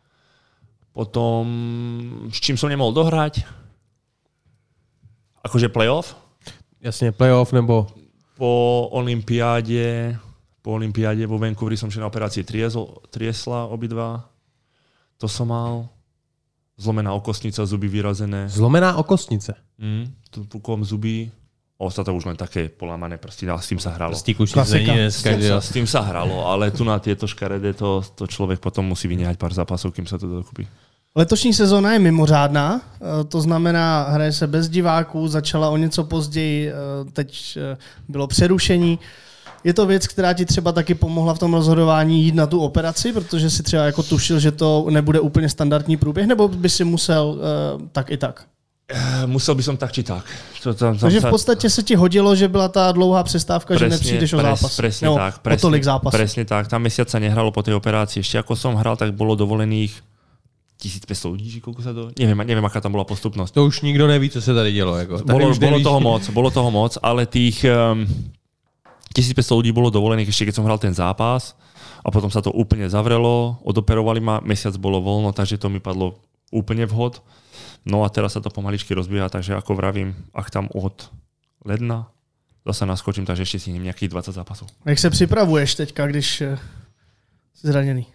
Potom, s čím som nemohol dohrať? Akože playoff? Jasně, playoff nebo... Po olympiáde, po olympiáde vo Vancouveri som šiel na operácii triezl, triesla obidva. To som mal. Zlomená okostnica, zuby vyrazené. Zlomená okostnice. Mm, tu pukom zuby. Ostatné už len také polámané prsty, ale s tým sa hralo. Prstík už Klasika. není S dneska, tým, že sa, jo. s tým sa hralo, ale tu na tieto škaredé to, to človek potom musí vyňať pár zápasov, kým sa to dokupí. Letošní sezóna je mimořádná, to znamená, hraje se bez diváků, začala o něco později, teď bylo přerušení. Je to věc, která ti třeba taky pomohla v tom rozhodování jít na tu operaci, protože si třeba jako tušil, že to nebude úplně standardní průběh, nebo by si musel tak i tak? Musel by som tak či tak. To, tam, tam Takže sa... v podstatě se ti hodilo, že byla ta dlouhá přestávka, presne, že nepřijdeš o zápas. Presne Nebo tak. o Presne, tolik zápasů. Presne tak. Tam mesiac sa nehralo po tej operácii. Ešte ako som hral, tak bolo dovolených tisícpäťsto ľudí, či koľko sa to... Neviem, neviem, aká tam bola postupnosť. To už nikdo neví, co se tady dělo. Jako. Tady Bolo, už bolo nevíš- toho moc, bolo toho moc, ale tých um, tisícpäťsto ľudí bolo dovolených ešte, keď som hral ten zápas a potom sa to úplne zavrelo, odoperovali ma, mesiac bolo voľno, takže to mi padlo úplne vhod. No a teraz sa to pomaličky rozbieha, takže ako vravím, ak tam od ledna zase naskočím, takže ešte si ním nejakých dvadsať zápasov. Jak se připravuješ teďka, když eh, jsi zraněný?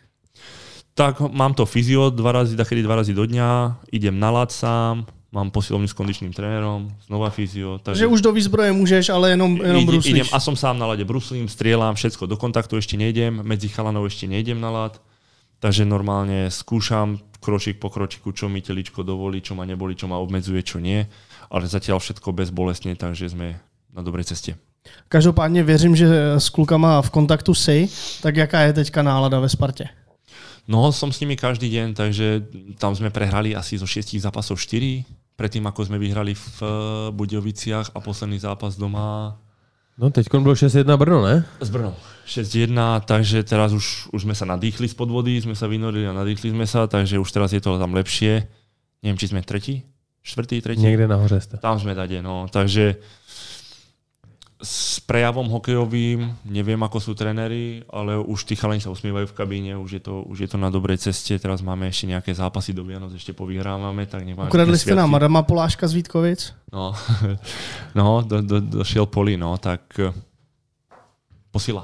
Tak mám to fyzio dva razy, takedy dva razy do dňa, idem na ľad sám, mám posilovňu s kondičným trénerom, znova fyzio. Takže už do výzbroje můžeš, ale jenom, jenom Ide, bruslíš. idem a som sám na lade, bruslím, strieľam, všetko do kontaktu ešte nejdem, medzi chalanov ešte nejdem na ľad, takže normálne skúšam kročík po kročiku, čo mi teličko dovolí, čo ma nebolí, čo ma obmedzuje, čo nie, ale zatiaľ všetko bezbolestne, takže sme na dobrej ceste. Každopádně věřím, že s klukama v kontaktu jsi, tak jaká je teďka nálada ve Spartě? No, som s nimi každý deň, takže tam sme prehrali asi zo šiestich zápasov štyri, predtým ako sme vyhrali v Budejoviciach a posledný zápas doma No teďkon bylo šesť jedna Brno, ne? S Brnou. šesť jedna, takže teraz už, už sme sa nadýchli spod vody, sme sa vynorili a nadýchli sme sa, takže už teraz je to tam lepšie. Neviem, či sme tretí, štvrtý, tretí. Niekde nahoře ste. Tam sme dade, no. Takže s prejavom hokejovým, neviem, ako sú tréneri, ale už tí chalani sa usmievajú v kabíne, už je to, už je to na dobrej ceste. Teraz máme ešte nejaké zápasy do Vianoc, ešte povyhrávame, tak nech máme. Ukradli ste nám Adama Poláška z Vítkovic? No, no do, do, došiel Poli, no, tak posila.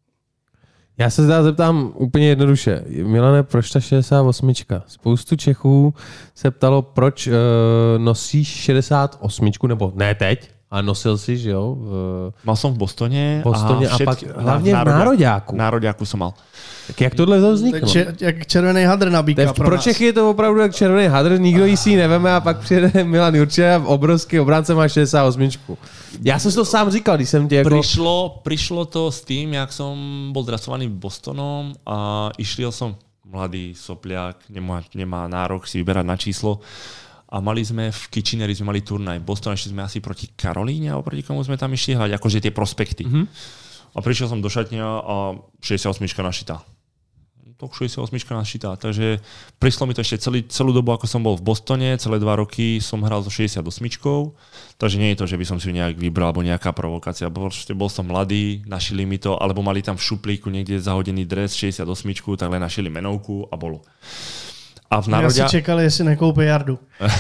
Já se zdá zeptám úplně jednoduše. Milane, proč ta šedesát osm? Spoustu Čechů se ptalo, proč uh, nosíš šedesát osm, nebo ne teď, a nosil si, že jo? V... Mal som v Bostone, Bostoně a, a pak hlavně v Nároďáku. Nároďáku som mal. Tak jak tohle vzniklo? Če, jak červený hadr nabíká pro Pro nás. Čechy je to opravdu jak červený hadr, nikdo jí si ji neveme a pak přijede Milan Jurča a obrovský obránce má šedesát osm. Já jsem si to sám říkal, když jsem tě jako... Prišlo, prišlo to s tým, jak som bol draftovaný Bostonom a išiel som mladý sopliak, nemá, nemá nárok si vyberať na číslo. A mali sme v Kitcheneri, sme mali turnaj. Boston, ešte sme asi proti Karolíne, alebo proti komu sme tam išli hrať, akože tie prospekty. Mm-hmm. A prišiel som do šatňa a šesťdesiat osm našitá. To šesťdesiat osm našitá. Takže prišlo mi to ešte celý, celú dobu, ako som bol v Bostone, celé dva roky som hral so šesťdesiat osm. Takže nie je to, že by som si ju nejak vybral, alebo nejaká provokácia. Proste bol som mladý, našili mi to, alebo mali tam v šuplíku niekde zahodený dres šesťdesiat osm, tak len našili menovku a bolo. A v nároďa... Já si čekali, jestli nekoupí Jardu.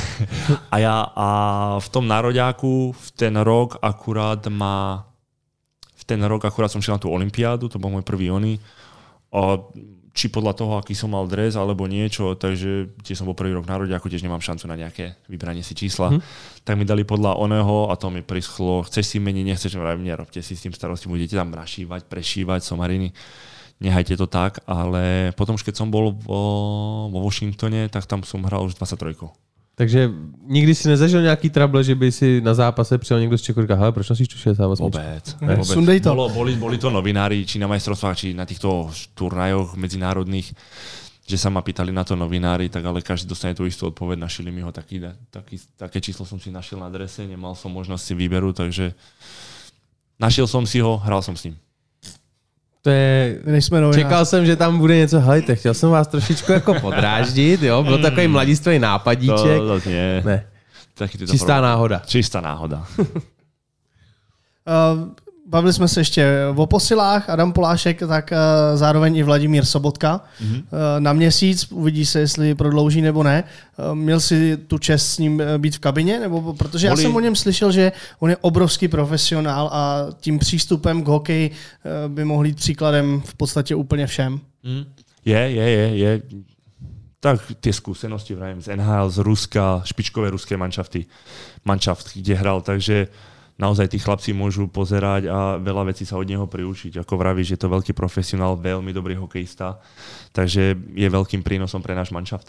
a ja a v tom nároďáku v ten rok akurát ma v ten rok akurát som šiel na tú olympiádu, to bol môj prvý ony. A či podľa toho, aký som mal dres alebo niečo, takže tiež som bol prvý rok v nároďáku, tiež nemám šancu na nejaké vybranie si čísla. Hm. Tak mi dali podľa oného a to mi prischlo, chceš si meniť, nechceš, nerobte si s tým starosti, budete tam našívať, prešívať somariny. Nehajte to tak, ale potom, keď som bol vo, vo Washingtone, tak tam som hral už dvadsaťtri. Takže nikdy si nezažil nějaký trouble, že by si na zápase přijel někdo z Čechů a říkal, hele, proč nosíš tu šedesát osm? Vôbec. Ne, sundej to. Bolo, boli, boli to novinári, či na majstrovstvách, či na týchto turnajoch medzinárodných, že sa ma pýtali na to novinári, tak ale každý dostane tú istú odpoveď, našili mi ho taký, taký, také číslo som si našiel na adrese, nemal som možnosť si výberu, takže našiel som si ho, hral som s ním. To je... Čekal jsem, že tam bude něco, hejte, chtěl jsem vás trošičku jako podráždit, jo, byl takový mladistvý nápadíček. To, to nie. Ne. Čistá náhoda. Čistá náhoda. uh, bavili jsme se ještě o posilách, Adam Polášek, tak uh, zároveň i Vladimír Sobotka. Mm-hmm. Uh, na měsíc, uvidí se, jestli prodlouží nebo ne. Uh, měl si tu čest s ním být v kabině? Nebo, protože Voli... já jsem o něm slyšel, že on je obrovský profesionál a tím přístupem k hokeji uh, by mohl jít příkladem v podstatě úplně všem. Mm. Je, je, je, je. Tak tie skúsenosti vrajím z en há el, z Ruska, špičkové ruské manšafty, manšaft, kde hral, takže naozaj tí chlapci môžu pozerať a veľa vecí sa od neho priučiť. Ako vravíš, je to veľký profesionál, veľmi dobrý hokejista, takže je veľkým prínosom pre náš manšaft.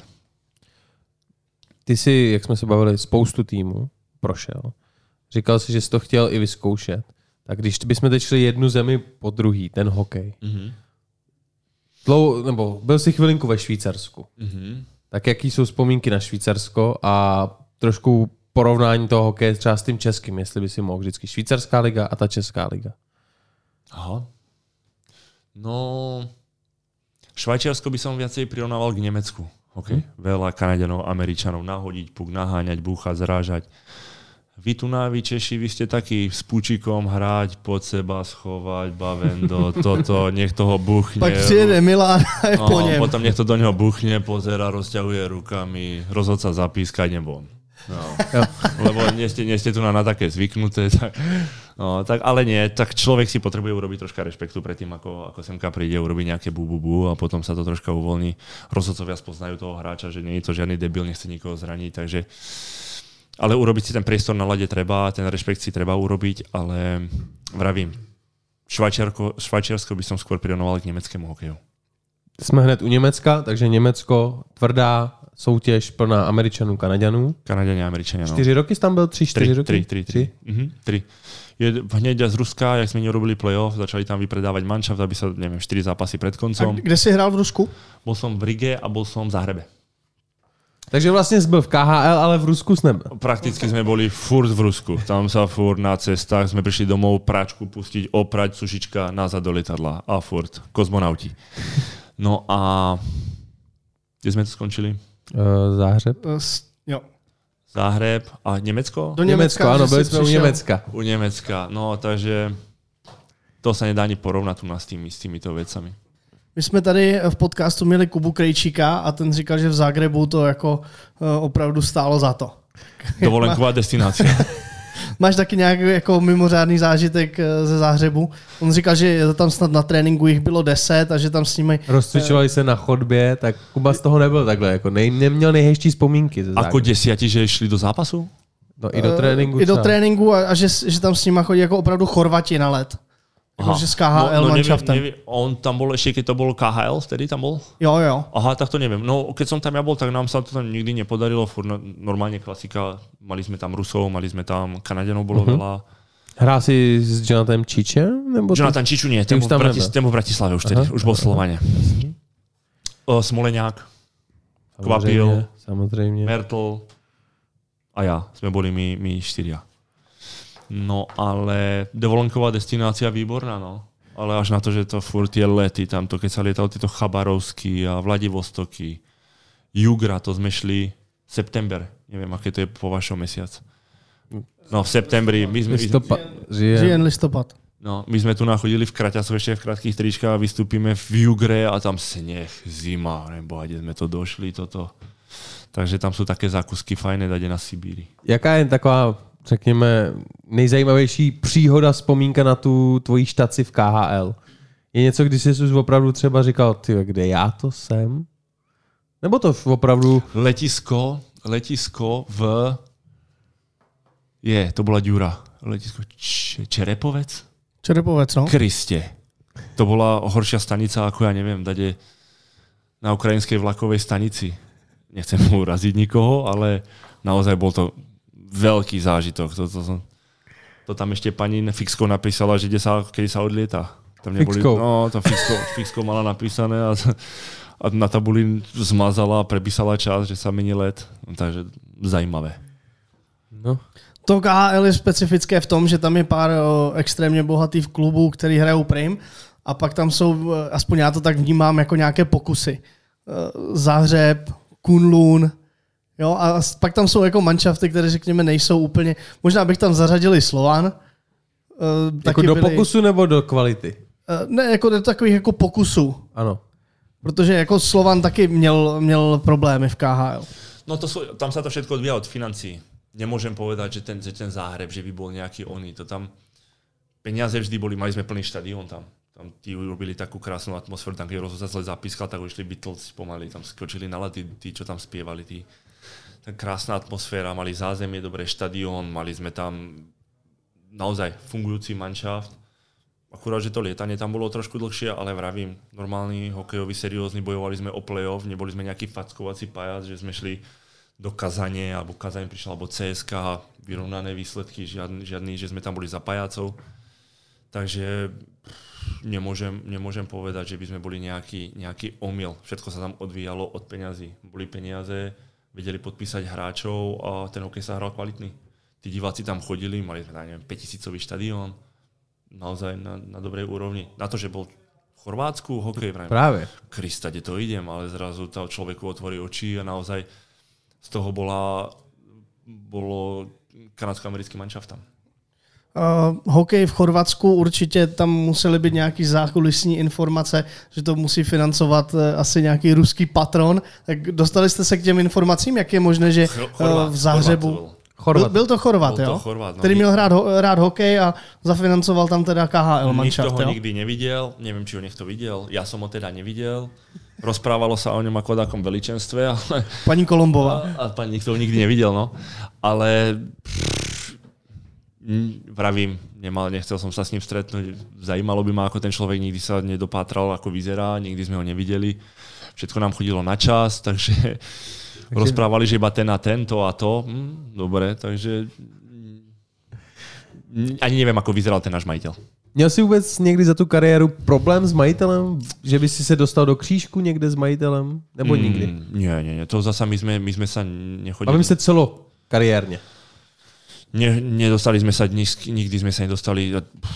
Ty si, jak jsme se bavili, spoustu týmů prošel. Říkal si, že jsi to chtěl i vyzkoušet. Tak když bychom teď šli jednu zemi po druhý, ten hokej. Mm-hmm. Dlou, nebo byl jsi chvilinku ve Švýcarsku. Mm-hmm. Tak jaký jsou vzpomínky na Švýcarsko a trošku porovnání toho hokeje třeba s tím českým, jestli by si mohl vždycky švýcarská liga a ta česká liga. Aha. No, Švajčiarsko by som viacej prirovnával k Nemecku. Okay. Hmm. Veľa Kanaďanov, Američanov, nahodiť puk, naháňať, búchať, zrážať. Vy tu návi Češi, vy ste takí s púčikom hrať, pod seba schovať, bavendo, toto, nech toho buchne. Pak přijede Milan a je no, po něm. Potom nech to do neho buchne, pozera, rozťahuje rukami, rozhodca zapíska, nebo no. Lebo nie ste, nie ste tu na, na také zvyknuté. Tak, no, tak, ale nie, tak človek si potrebuje urobiť troška rešpektu pred tým, ako, ako semka príde, urobí nejaké bu, bu, bu a potom sa to troška uvoľní. Rozhodcovia spoznajú toho hráča, že nie je to žiadny debil, nechce nikoho zraniť, takže ale urobiť si ten priestor na lade treba, ten rešpekt si treba urobiť, ale vravím, Švajčiarsko, Švajčiarsko by som skôr prirovnoval k nemeckému hokeju. Jsme hned u Německa, takže Německo, tvrdá soutěž plná Američanů, Kanaďanů. Kanaďani a Američania, no. Čtyři roky tam byl? Tři, čtyři roky? Tři, tři, tři. Mhm, tři. Je hneď z Ruska, jak sme nerobili playoff, začali tam vypredávať manšaft, aby sa, neviem, štyri zápasy pred koncom. A kde si hrál v Rusku? Bol som v Rige a bol som v Záhrebe. Takže vlastně jsi byl v K H L, ale v Rusku jsi nebyl. Prakticky sme boli furt v Rusku. Tam sa furt na cestách sme prišli domov práčku pustiť, oprať, sušička, nazad do lietadla. A furt. Kozmonauti. No a kde sme to skončili? Uh, Záhřeb. Uh, s- jo. Záhreb a Nemecko? Do Německo, Německa, ano, že byli jsi jsme u přišel. Německa. U Nemecka. No, takže to sa nedá ani porovnať tu s tými, s týmito vecami. My jsme tady v podcastu měli Kubu Krejčíka a ten říkal, že v Zágrebu to jako uh, opravdu stálo za to. Dovolenková destinácia. Máš taky nějaký jako mimořádný zážitek uh, ze Záhřebu? On říkal, že tam snad na tréninku jich bylo deset a že tam s nimi... Rozcvičovali se na chodbě, tak Kuba z toho nebyl takhle, jako nej, neměl nejhezčí vzpomínky ze Ako Záhřebu. desiati, že šli do zápasu? No i do tréninku I do třeba. tréninku a, a že, že tam s nima chodí jako opravdu Chorvati na let. Jako, že s K H L no, no, manšaftem. neviem, neviem, on tam bol ešte, keď to bol K H L, vtedy tam bol? Jo, jo. Aha, tak to neviem. No, keď som tam ja bol, tak nám sa to tam nikdy nepodarilo. Furt normálne klasika. Mali sme tam Rusov, mali sme tam Kanaďanov, bolo uh-huh. veľa. Hrál si s Jonathanem Čičem? Nebo Jonathan Čiču nie, ten bol, v Bratis- ten bol v Bratislave už tedy. Aha, Už bol v Slovane. O, Smoleňák, Kvapil, Samozřejmě. Mertl a ja. Sme boli my, my štyria. No, ale dovolenková destinácia výborná, no. Ale až na to, že to furt tie lety, tamto, keď sa lietalo tieto Chabarovsky a Vladivostoky, Jugra, to sme šli september. Neviem, aké to je po vašom mesiac. No, v septembri. My sme, Listopad. Žijen Žijen. listopad. no, my sme tu nachodili v kraťasoch ešte v krátkých tričkách a vystúpime v Jugre a tam sneh, zima, nebo kde sme to došli, toto. Takže tam sú také zákusky fajné dať na Sibíri. Jaká je taková, řekněme, nejzajímavější příhoda, vzpomínka na tu tvojí štaci v K H L? Je něco, když jsi už opravdu třeba říkal, ty, kde já to jsem? Nebo to opravdu... Letisko, letisko v... Je, to bola Ďura. Letisko Č- Čerepovec? Čerepovec, no. Kriste. To bola horšia stanica, ako ja neviem, dade na ukrajinskej vlakovej stanici. Nechcem uraziť nikoho, ale naozaj bol to veľký zážitok. To, to, to, to tam ešte pani Fixko napísala, že kde sa, kedy sa odlieta. Tam neboli, Fixkou. no, to Fixko, Fixko mala napísané a, a na tabuli zmazala a prepísala čas, že sa mení let. No, takže zajímavé. No. To K H L je specifické v tom, že tam je pár o, extrémně bohatých klubů, který hrajou prim a pak tam jsou, aspoň já to tak vnímám, jako nějaké pokusy. Záhřeb, Kunlun, jo, a pak tam jsou jako manšafty, které řekněme nejsou úplně, možná bych tam zařadili Slovan. Jako do byli, pokusu nebo do kvality? Ne, jako do takových jako pokusů. Ano. Protože jako Slovan taky měl, měl problémy v K H L. No to sú, tam sa to všetko odvíja od financií. Nemôžem povedať, že ten, že ten Záhreb, že by bol nejaký oný. To tam peniaze vždy boli, mali sme plný štadión tam. Tam tí urobili takú krásnu atmosféru, tam keď rozhodca zle zapískal, tak išli Beatles pomaly, tam skočili na lety, tí, čo tam spievali. Tí. Tá krásna atmosféra, mali zázemie, dobré štadión, mali sme tam naozaj fungujúci manšaft. Akurát, že to lietanie tam bolo trošku dlhšie, ale vravím, normálny hokejový, seriózny, bojovali sme o play-off, neboli sme nejaký fackovací pajac, že sme šli do Kazane, alebo Kazaň prišla, alebo C S K, vyrovnané výsledky, žiadny, žiadny, že sme tam boli za pajacov. Takže nemôžem, nemôžem povedať, že by sme boli nejaký, nejaký omyl. Všetko sa tam odvíjalo od peňazí. Boli peniaze, vedeli podpísať hráčov a ten hokej sa hral kvalitný. Tí diváci tam chodili, mali sme tam, neviem, päťtisícový štadión. Naozaj na, na dobrej úrovni. Na to, že bol v Chorvátsku hokej, vrajme. Práve. Krista, kde to idem, ale zrazu to človeku otvorí oči a naozaj z toho bola, bolo kanadsko-americký manšaft tam. Uh, hokej v Chorvatsku určitě tam musely být nějaký zákulisní informace, že to musí financovat uh, asi nějaký ruský patron. Tak dostali jste se k těm informacím, jak je možné, že uh, v Záhřebu... Chorvat. Byl, byl to Chorvat, Byl to jo? Chorvat, no. Který měl hrát, ho, rád hokej a zafinancoval tam teda K H L manšaft, Nikto ho jo? nikdy nevidel, neviem, či ho niekto videl, ja som ho teda nevidel. Rozprávalo sa o ňom ako o takom veličenstve, ale... Paní Kolombová. A, a pani nikto ho nikdy nevidel, no. Ale pff, vravím, nemal, nechcel som sa s ním stretnúť. Zajímalo by ma, ako ten človek, nikdy sa nedopátral, ako vyzerá, nikdy sme ho nevideli. Všetko nám chodilo na čas, takže... Takže... Rozprávali, že iba ten a tento a to. Hm, dobre, takže ani neviem, ako vyzeral ten náš majiteľ. Měl jsi vůbec někdy za tu kariéru problém s majitelem? Že by si se dostal do křížku někde s majitelem? Nebo mm, nikdy? Nie, nie, nie. To zasa my sme, my sme sa nechodili. Bavím se celo kariérně. Ne, nedostali sme sa, nikdy sme sa nedostali,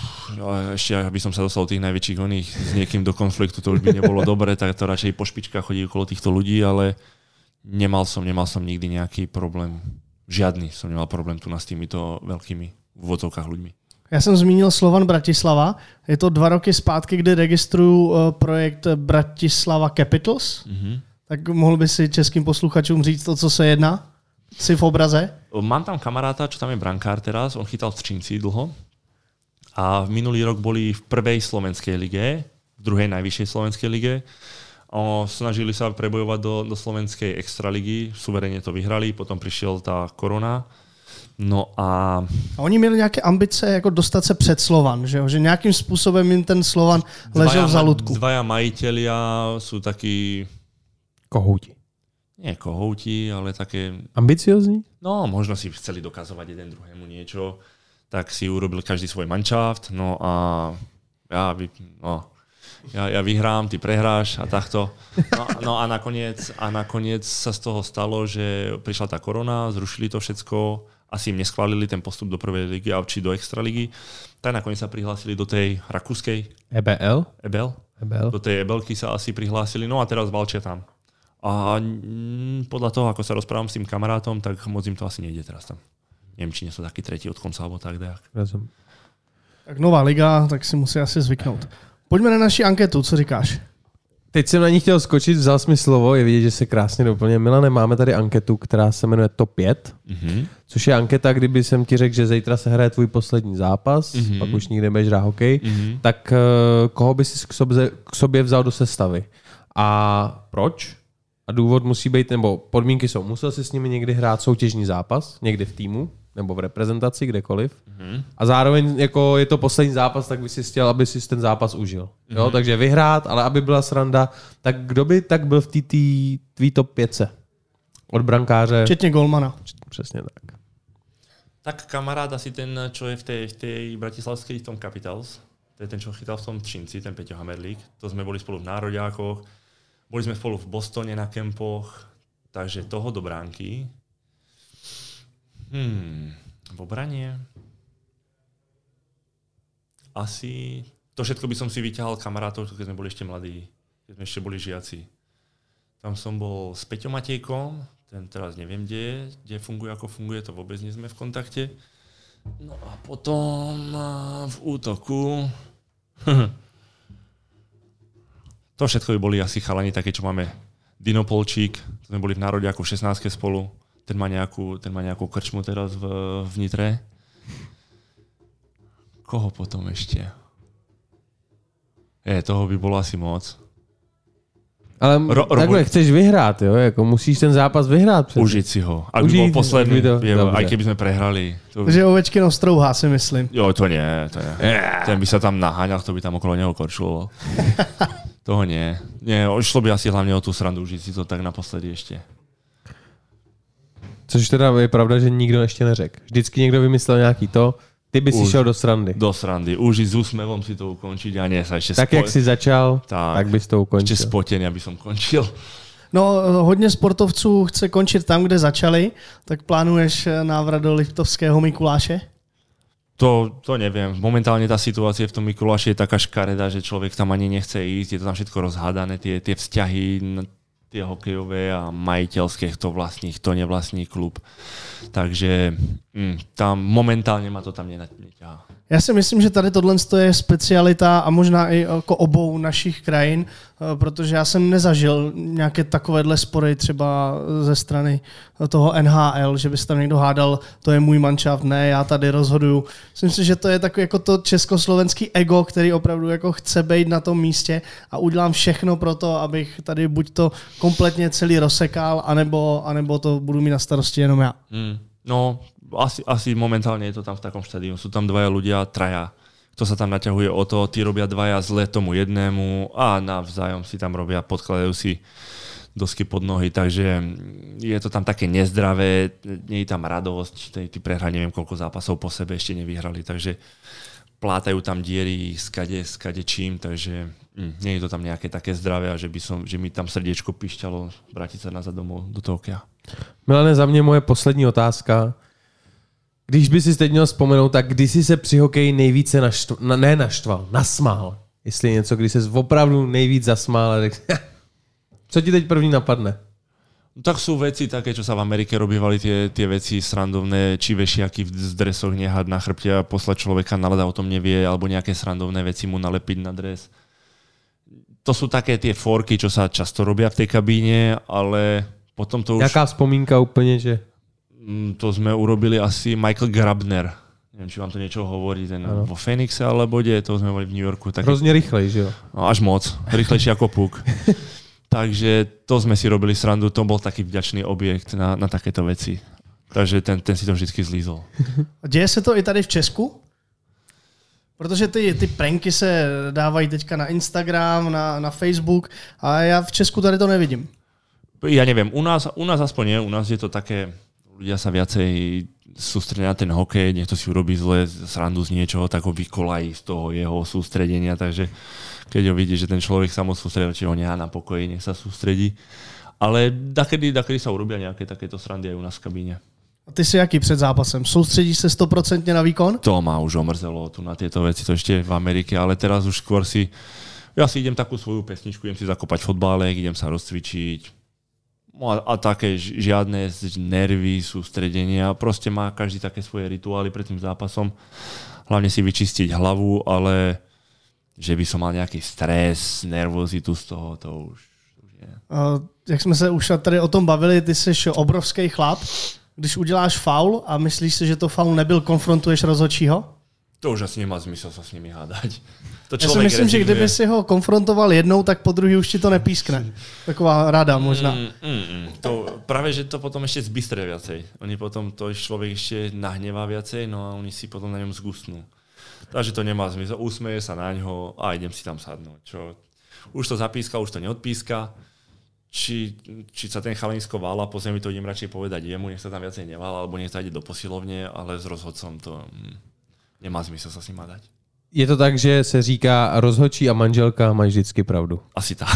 ešte aby som sa dostal do tých najväčších oných s niekým do konfliktu, to už by nebolo dobre, tak to radšej po špičkách chodí okolo týchto ľudí, ale nemal som, nemal som nikdy nejaký problém. Žiadny som nemal problém tu s týmito veľkými v úvodzovkách ľuďmi. Já jsem zmínil Slovan Bratislava. Je to dva roky zpátky, kdy registruju projekt Bratislava Capitals. Mm-hmm. Tak mohl by si českým posluchačům říct to, co se jedná? Si v obraze? Mám tam kamaráta, čo tam je brankár teraz. On chytal v Třinci dlho. A v minulý rok boli v prvej slovenskej lige, v druhej najvyššej slovenskej lige. O, snažili sa prebojovať do, do slovenskej extraligy. Suverene to vyhrali, potom prišiel tá korona. No a... a oni měli nějaké ambice jako dostat se před Slovan, že, že nějakým způsobem jim ten Slovan ležel v žaludku. Dvaja majitelia sú takí... Kohouti. Nie kohouti, ale také... Ambiciozní? No, možno si chceli dokazovať jeden druhému niečo, tak si urobil každý svoj manšaft, no a ja, no, ja, ja vyhrám, ty prehráš a takto. No, no a, nakoniec, a nakoniec sa z toho stalo, že prišla tá korona, zrušili to všetko, asi im neschválili ten postup do prvej ligy či do extraligy, tak nakoniec sa prihlásili do tej rakúskej E B L. E B L. E B L. Do tej EBLky sa asi prihlásili, no a teraz valčia tam. A podľa toho, ako sa rozprávam s tým kamarátom, tak moc im to asi nejde teraz tam. Neviem, či nie sú taký tretí od konca, alebo tak dejak. Tak nová liga, tak si musí asi zvyknout. Pojďme na naši anketu, co říkáš? Teď jsem na ní chtěl skočit, vzal jsi mi slovo, je vidět, že se krásně doplně. Milane, máme tady anketu, která se jmenuje Top pět, mm-hmm. což je anketa, kdyby jsem ti řekl, že zítra se hraje tvůj poslední zápas, mm-hmm. pak už nikdy nebudeš hrát hokej, mm-hmm. tak uh, koho by si k sobě, k sobě vzal do sestavy? A proč? A důvod musí být, nebo podmínky jsou, musel si s nimi někdy hrát soutěžní zápas, někdy v týmu, nebo v reprezentaci, kdekoliv. Mm-hmm. A zároveň, jako je to poslední zápas, tak by si chtěl, aby si ten zápas užil. Mm-hmm. Jo? Takže vyhrát, ale aby byla sranda. Tak kdo by tak byl v té tvý top pětce? Od brankáře? Včetně golmana. Přesně tak. Tak kamarád asi ten, čo je v tej, v tej bratislavskej v tom Capitals. To je ten, čo chytal v tom Třinci, ten Peťo Hamerlík. To sme boli spolu v Nároďákoch. Boli sme spolu v Bostone na kempoch. Takže toho do bránky. Hmm, v obrane asi to všetko by som si vyťahal kamarátov, keď sme boli ešte mladí, keď sme ešte boli žiaci. Tam som bol s Peťom Matejkom, ten teraz neviem, kde je, kde funguje, ako funguje, to vôbec nie sme v kontakte. No a potom v útoku to všetko by boli asi chalani také, čo máme Dino Polčík, to sme boli v Nároďáku v šestnástke spolu. Ten má nejakú, ten má nejakú krčmu teraz v, v Nitre. Koho potom ešte? Je, toho by bolo asi moc. Ale ro, takhle ro, chceš vyhrát, jo? Jako musíš ten zápas vyhrát. Přece. Užiť si ho. Ak by bol posledný, to, je, aj keby sme prehrali. To... Takže Ovečkin ostrouhá, si myslím. Jo, to nie. To nie. Yeah. Ten by sa tam naháňal, to by tam okolo neho korčuloval. Toho nie. Nie, šlo by asi hlavne o tú srandu, užiť si to tak naposledy ešte. Což teda je pravda, že nikdo ještě neřekl. Vždycky někdo vymyslel nějaký to, ty by si šel do srandy. Do srandy. Už s úsmevom si to ukončiť a nie sa ešte tak, spo... jak si začal, tak, tak bys to ukončil. Ešte spotený, aby som končil. No, hodně sportovců chce končit tam, kde začali. Tak plánuješ návrat do Liptovského Mikuláše? To, to neviem. Momentálne tá situácia v tom Mikuláši je taká škareda, že človek tam ani nechce ísť. Je to tam všetko rozhádané, tie, tie vzťahy, tie hokejové a majiteľské, kto vlastní, kto nevlastní klub. Takže mm, tam momentálne ma to tam neťahá. Já si myslím, že tady tohle je specialita a možná i jako obou našich krajin, protože já jsem nezažil nějaké takovéhle spory třeba ze strany toho N H L, že by se tam někdo hádal, to je můj manšaft, ne, já tady rozhoduju. Myslím si, že to je takový jako to československý ego, který opravdu jako chce být na tom místě a udělám všechno pro to, abych tady buď to kompletně celý rozsekal, anebo, anebo to budu mít na starosti jenom já. Mm, no, Asi, asi momentálne je to tam v takom štádiu. Sú tam dvaja ľudia, traja. Kto sa tam naťahuje o to, tí robia dvaja zle tomu jednému a navzájom si tam robia, podkladajú si dosky pod nohy, takže je to tam také nezdravé, nie je tam radosť, tí prehrali neviem koľko zápasov po sebe, ešte nevyhrali, takže plátajú tam diery skade, skade čím, takže hm, nie je to tam nejaké také zdravé a že, by som, že mi tam srdiečko pišťalo vrátiť sa nazad domov do Tokia. Milane, za mě moje poslední otázka. Když by si teď měl vzpomenout, tak kdy jsi se při hokeji nejvíce naštval, na, ne naštval, nasmál. Jestli je něco, kdy jsi opravdu nejvíc zasmál. Tak... Co ti teď první napadne? No, tak sú veci také, čo sa v Amerike robívali, tie, tie veci srandovné, či vešiaky v dresoch nehať na chrbte a poslať človeka na ľad, o tom nevie, alebo nejaké srandovné veci mu nalepiť na dres. To sú také tie forky, čo sa často robia v tej kabíne, ale potom to už... Jaká vzpomínka úplně, že... To sme urobili asi Michael Grabner. Neviem, či vám to niečo hovorí, ten ano. Vo Phoenixe alebo kde, to sme boli v New Yorku. Taký... Hrozně rychlej, že jo? No, až moc. Rýchlejší ako puk. Takže to sme si robili srandu, to bol taký vďačný objekt na, na takéto veci. Takže ten, ten si to vždycky zlízol. Děje se to i tady v Česku? Protože ty, ty pranky se dávají teďka na Instagram, na, na Facebook a já v Česku tady to nevidím. Ja neviem, u nás, u nás aspoň nie, u nás je to také, ľudia sa viacej sústredia na ten hokej, niekto si urobí zle srandu z niečoho, tak ho vykolají z toho jeho sústredenia, takže keď ho vidí, že ten človek sa moc sústredí, či ho nechá na pokoji, nech sa sústredí. Ale dakedy, dakedy sa urobia nejaké takéto srandy aj u nás v kabíne. A ty si jaký před zápasem? Soustředíš se stoprocentně na výkon? To ma už omrzelo tu na tieto veci, to ešte v Amerike, ale teraz už skôr si, ja si idem takú svoju pesničku, idem si zakopať fotbálek, idem sa rozcvičiť, a, a také žiadne nervy, sústredenia. Proste má každý také svoje rituály pred tým zápasom. Hlavne si vyčistiť hlavu, ale že by som mal nejaký stres, nervozitu z toho, to už, to už nie. Uh, jak jsme se už tady o tom bavili, ty jsi obrovský chlap. Když uděláš faul a myslíš si, že to faul nebyl, konfrontuješ rozhodčího? To už asi nemá zmysel sa s nimi hádať. To Já si myslím, že kdyby si ho konfrontoval jednou, tak po druhý už ti to nepískne. Taková rada možná. Mm, mm, mm. To, práve, že to potom ešte zbystre viacej. Oni potom, to človek ešte nahnevá viacej, no a oni si potom na ňom zgustnú. Takže to nemá zmysel. Usmeje sa na ňo a idem si tam sadnúť. Čo? Už to zapíska, už to neodpíska. Či, či sa ten chalanisko vála, pozriem mi to idem radšej povedať jemu, nech sa tam viacej nevála, alebo nech sa ide do posilovne, ale s rozhodcom to hm, nemá zmysel sa s ním hádať. Je to tak, že se říká rozhodčí a manželka mají vždycky pravdu. Asi tak.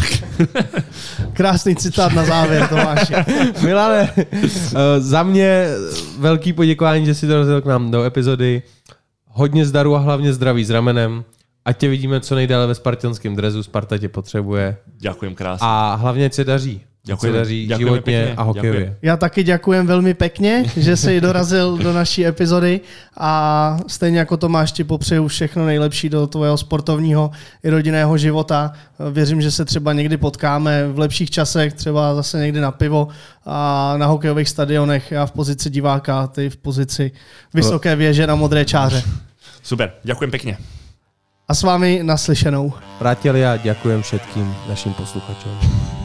Krásný citát na závěr, Tomáši. Milane, za mě velký poděkování, že jsi dorazil k nám do epizody. Hodně zdaru a hlavně zdraví s ramenem. Ať tě vidíme co nejdále ve spartanském drezu, Sparta tě potřebuje. Ďakujem krásne. A hlavně se daří. Ďakujem, se daří ďakujem životně pekne, a hokejově. ďakujem. Já taky děkujem velmi pěkně, že jsi dorazil do naší epizody a stejně jako Tomáš ti popřeju všechno nejlepší do tvého sportovního i rodinného života. Věřím, že se třeba někdy potkáme v lepších časech, třeba zase někdy na pivo a na hokejových stadionech. Já v pozici diváka, ty v pozici vysoké věže na modré čáře. Super, ďakujem pekne. A s vámi naslyšenou. Priatelia, ďakujem všetkým našim posluchačom.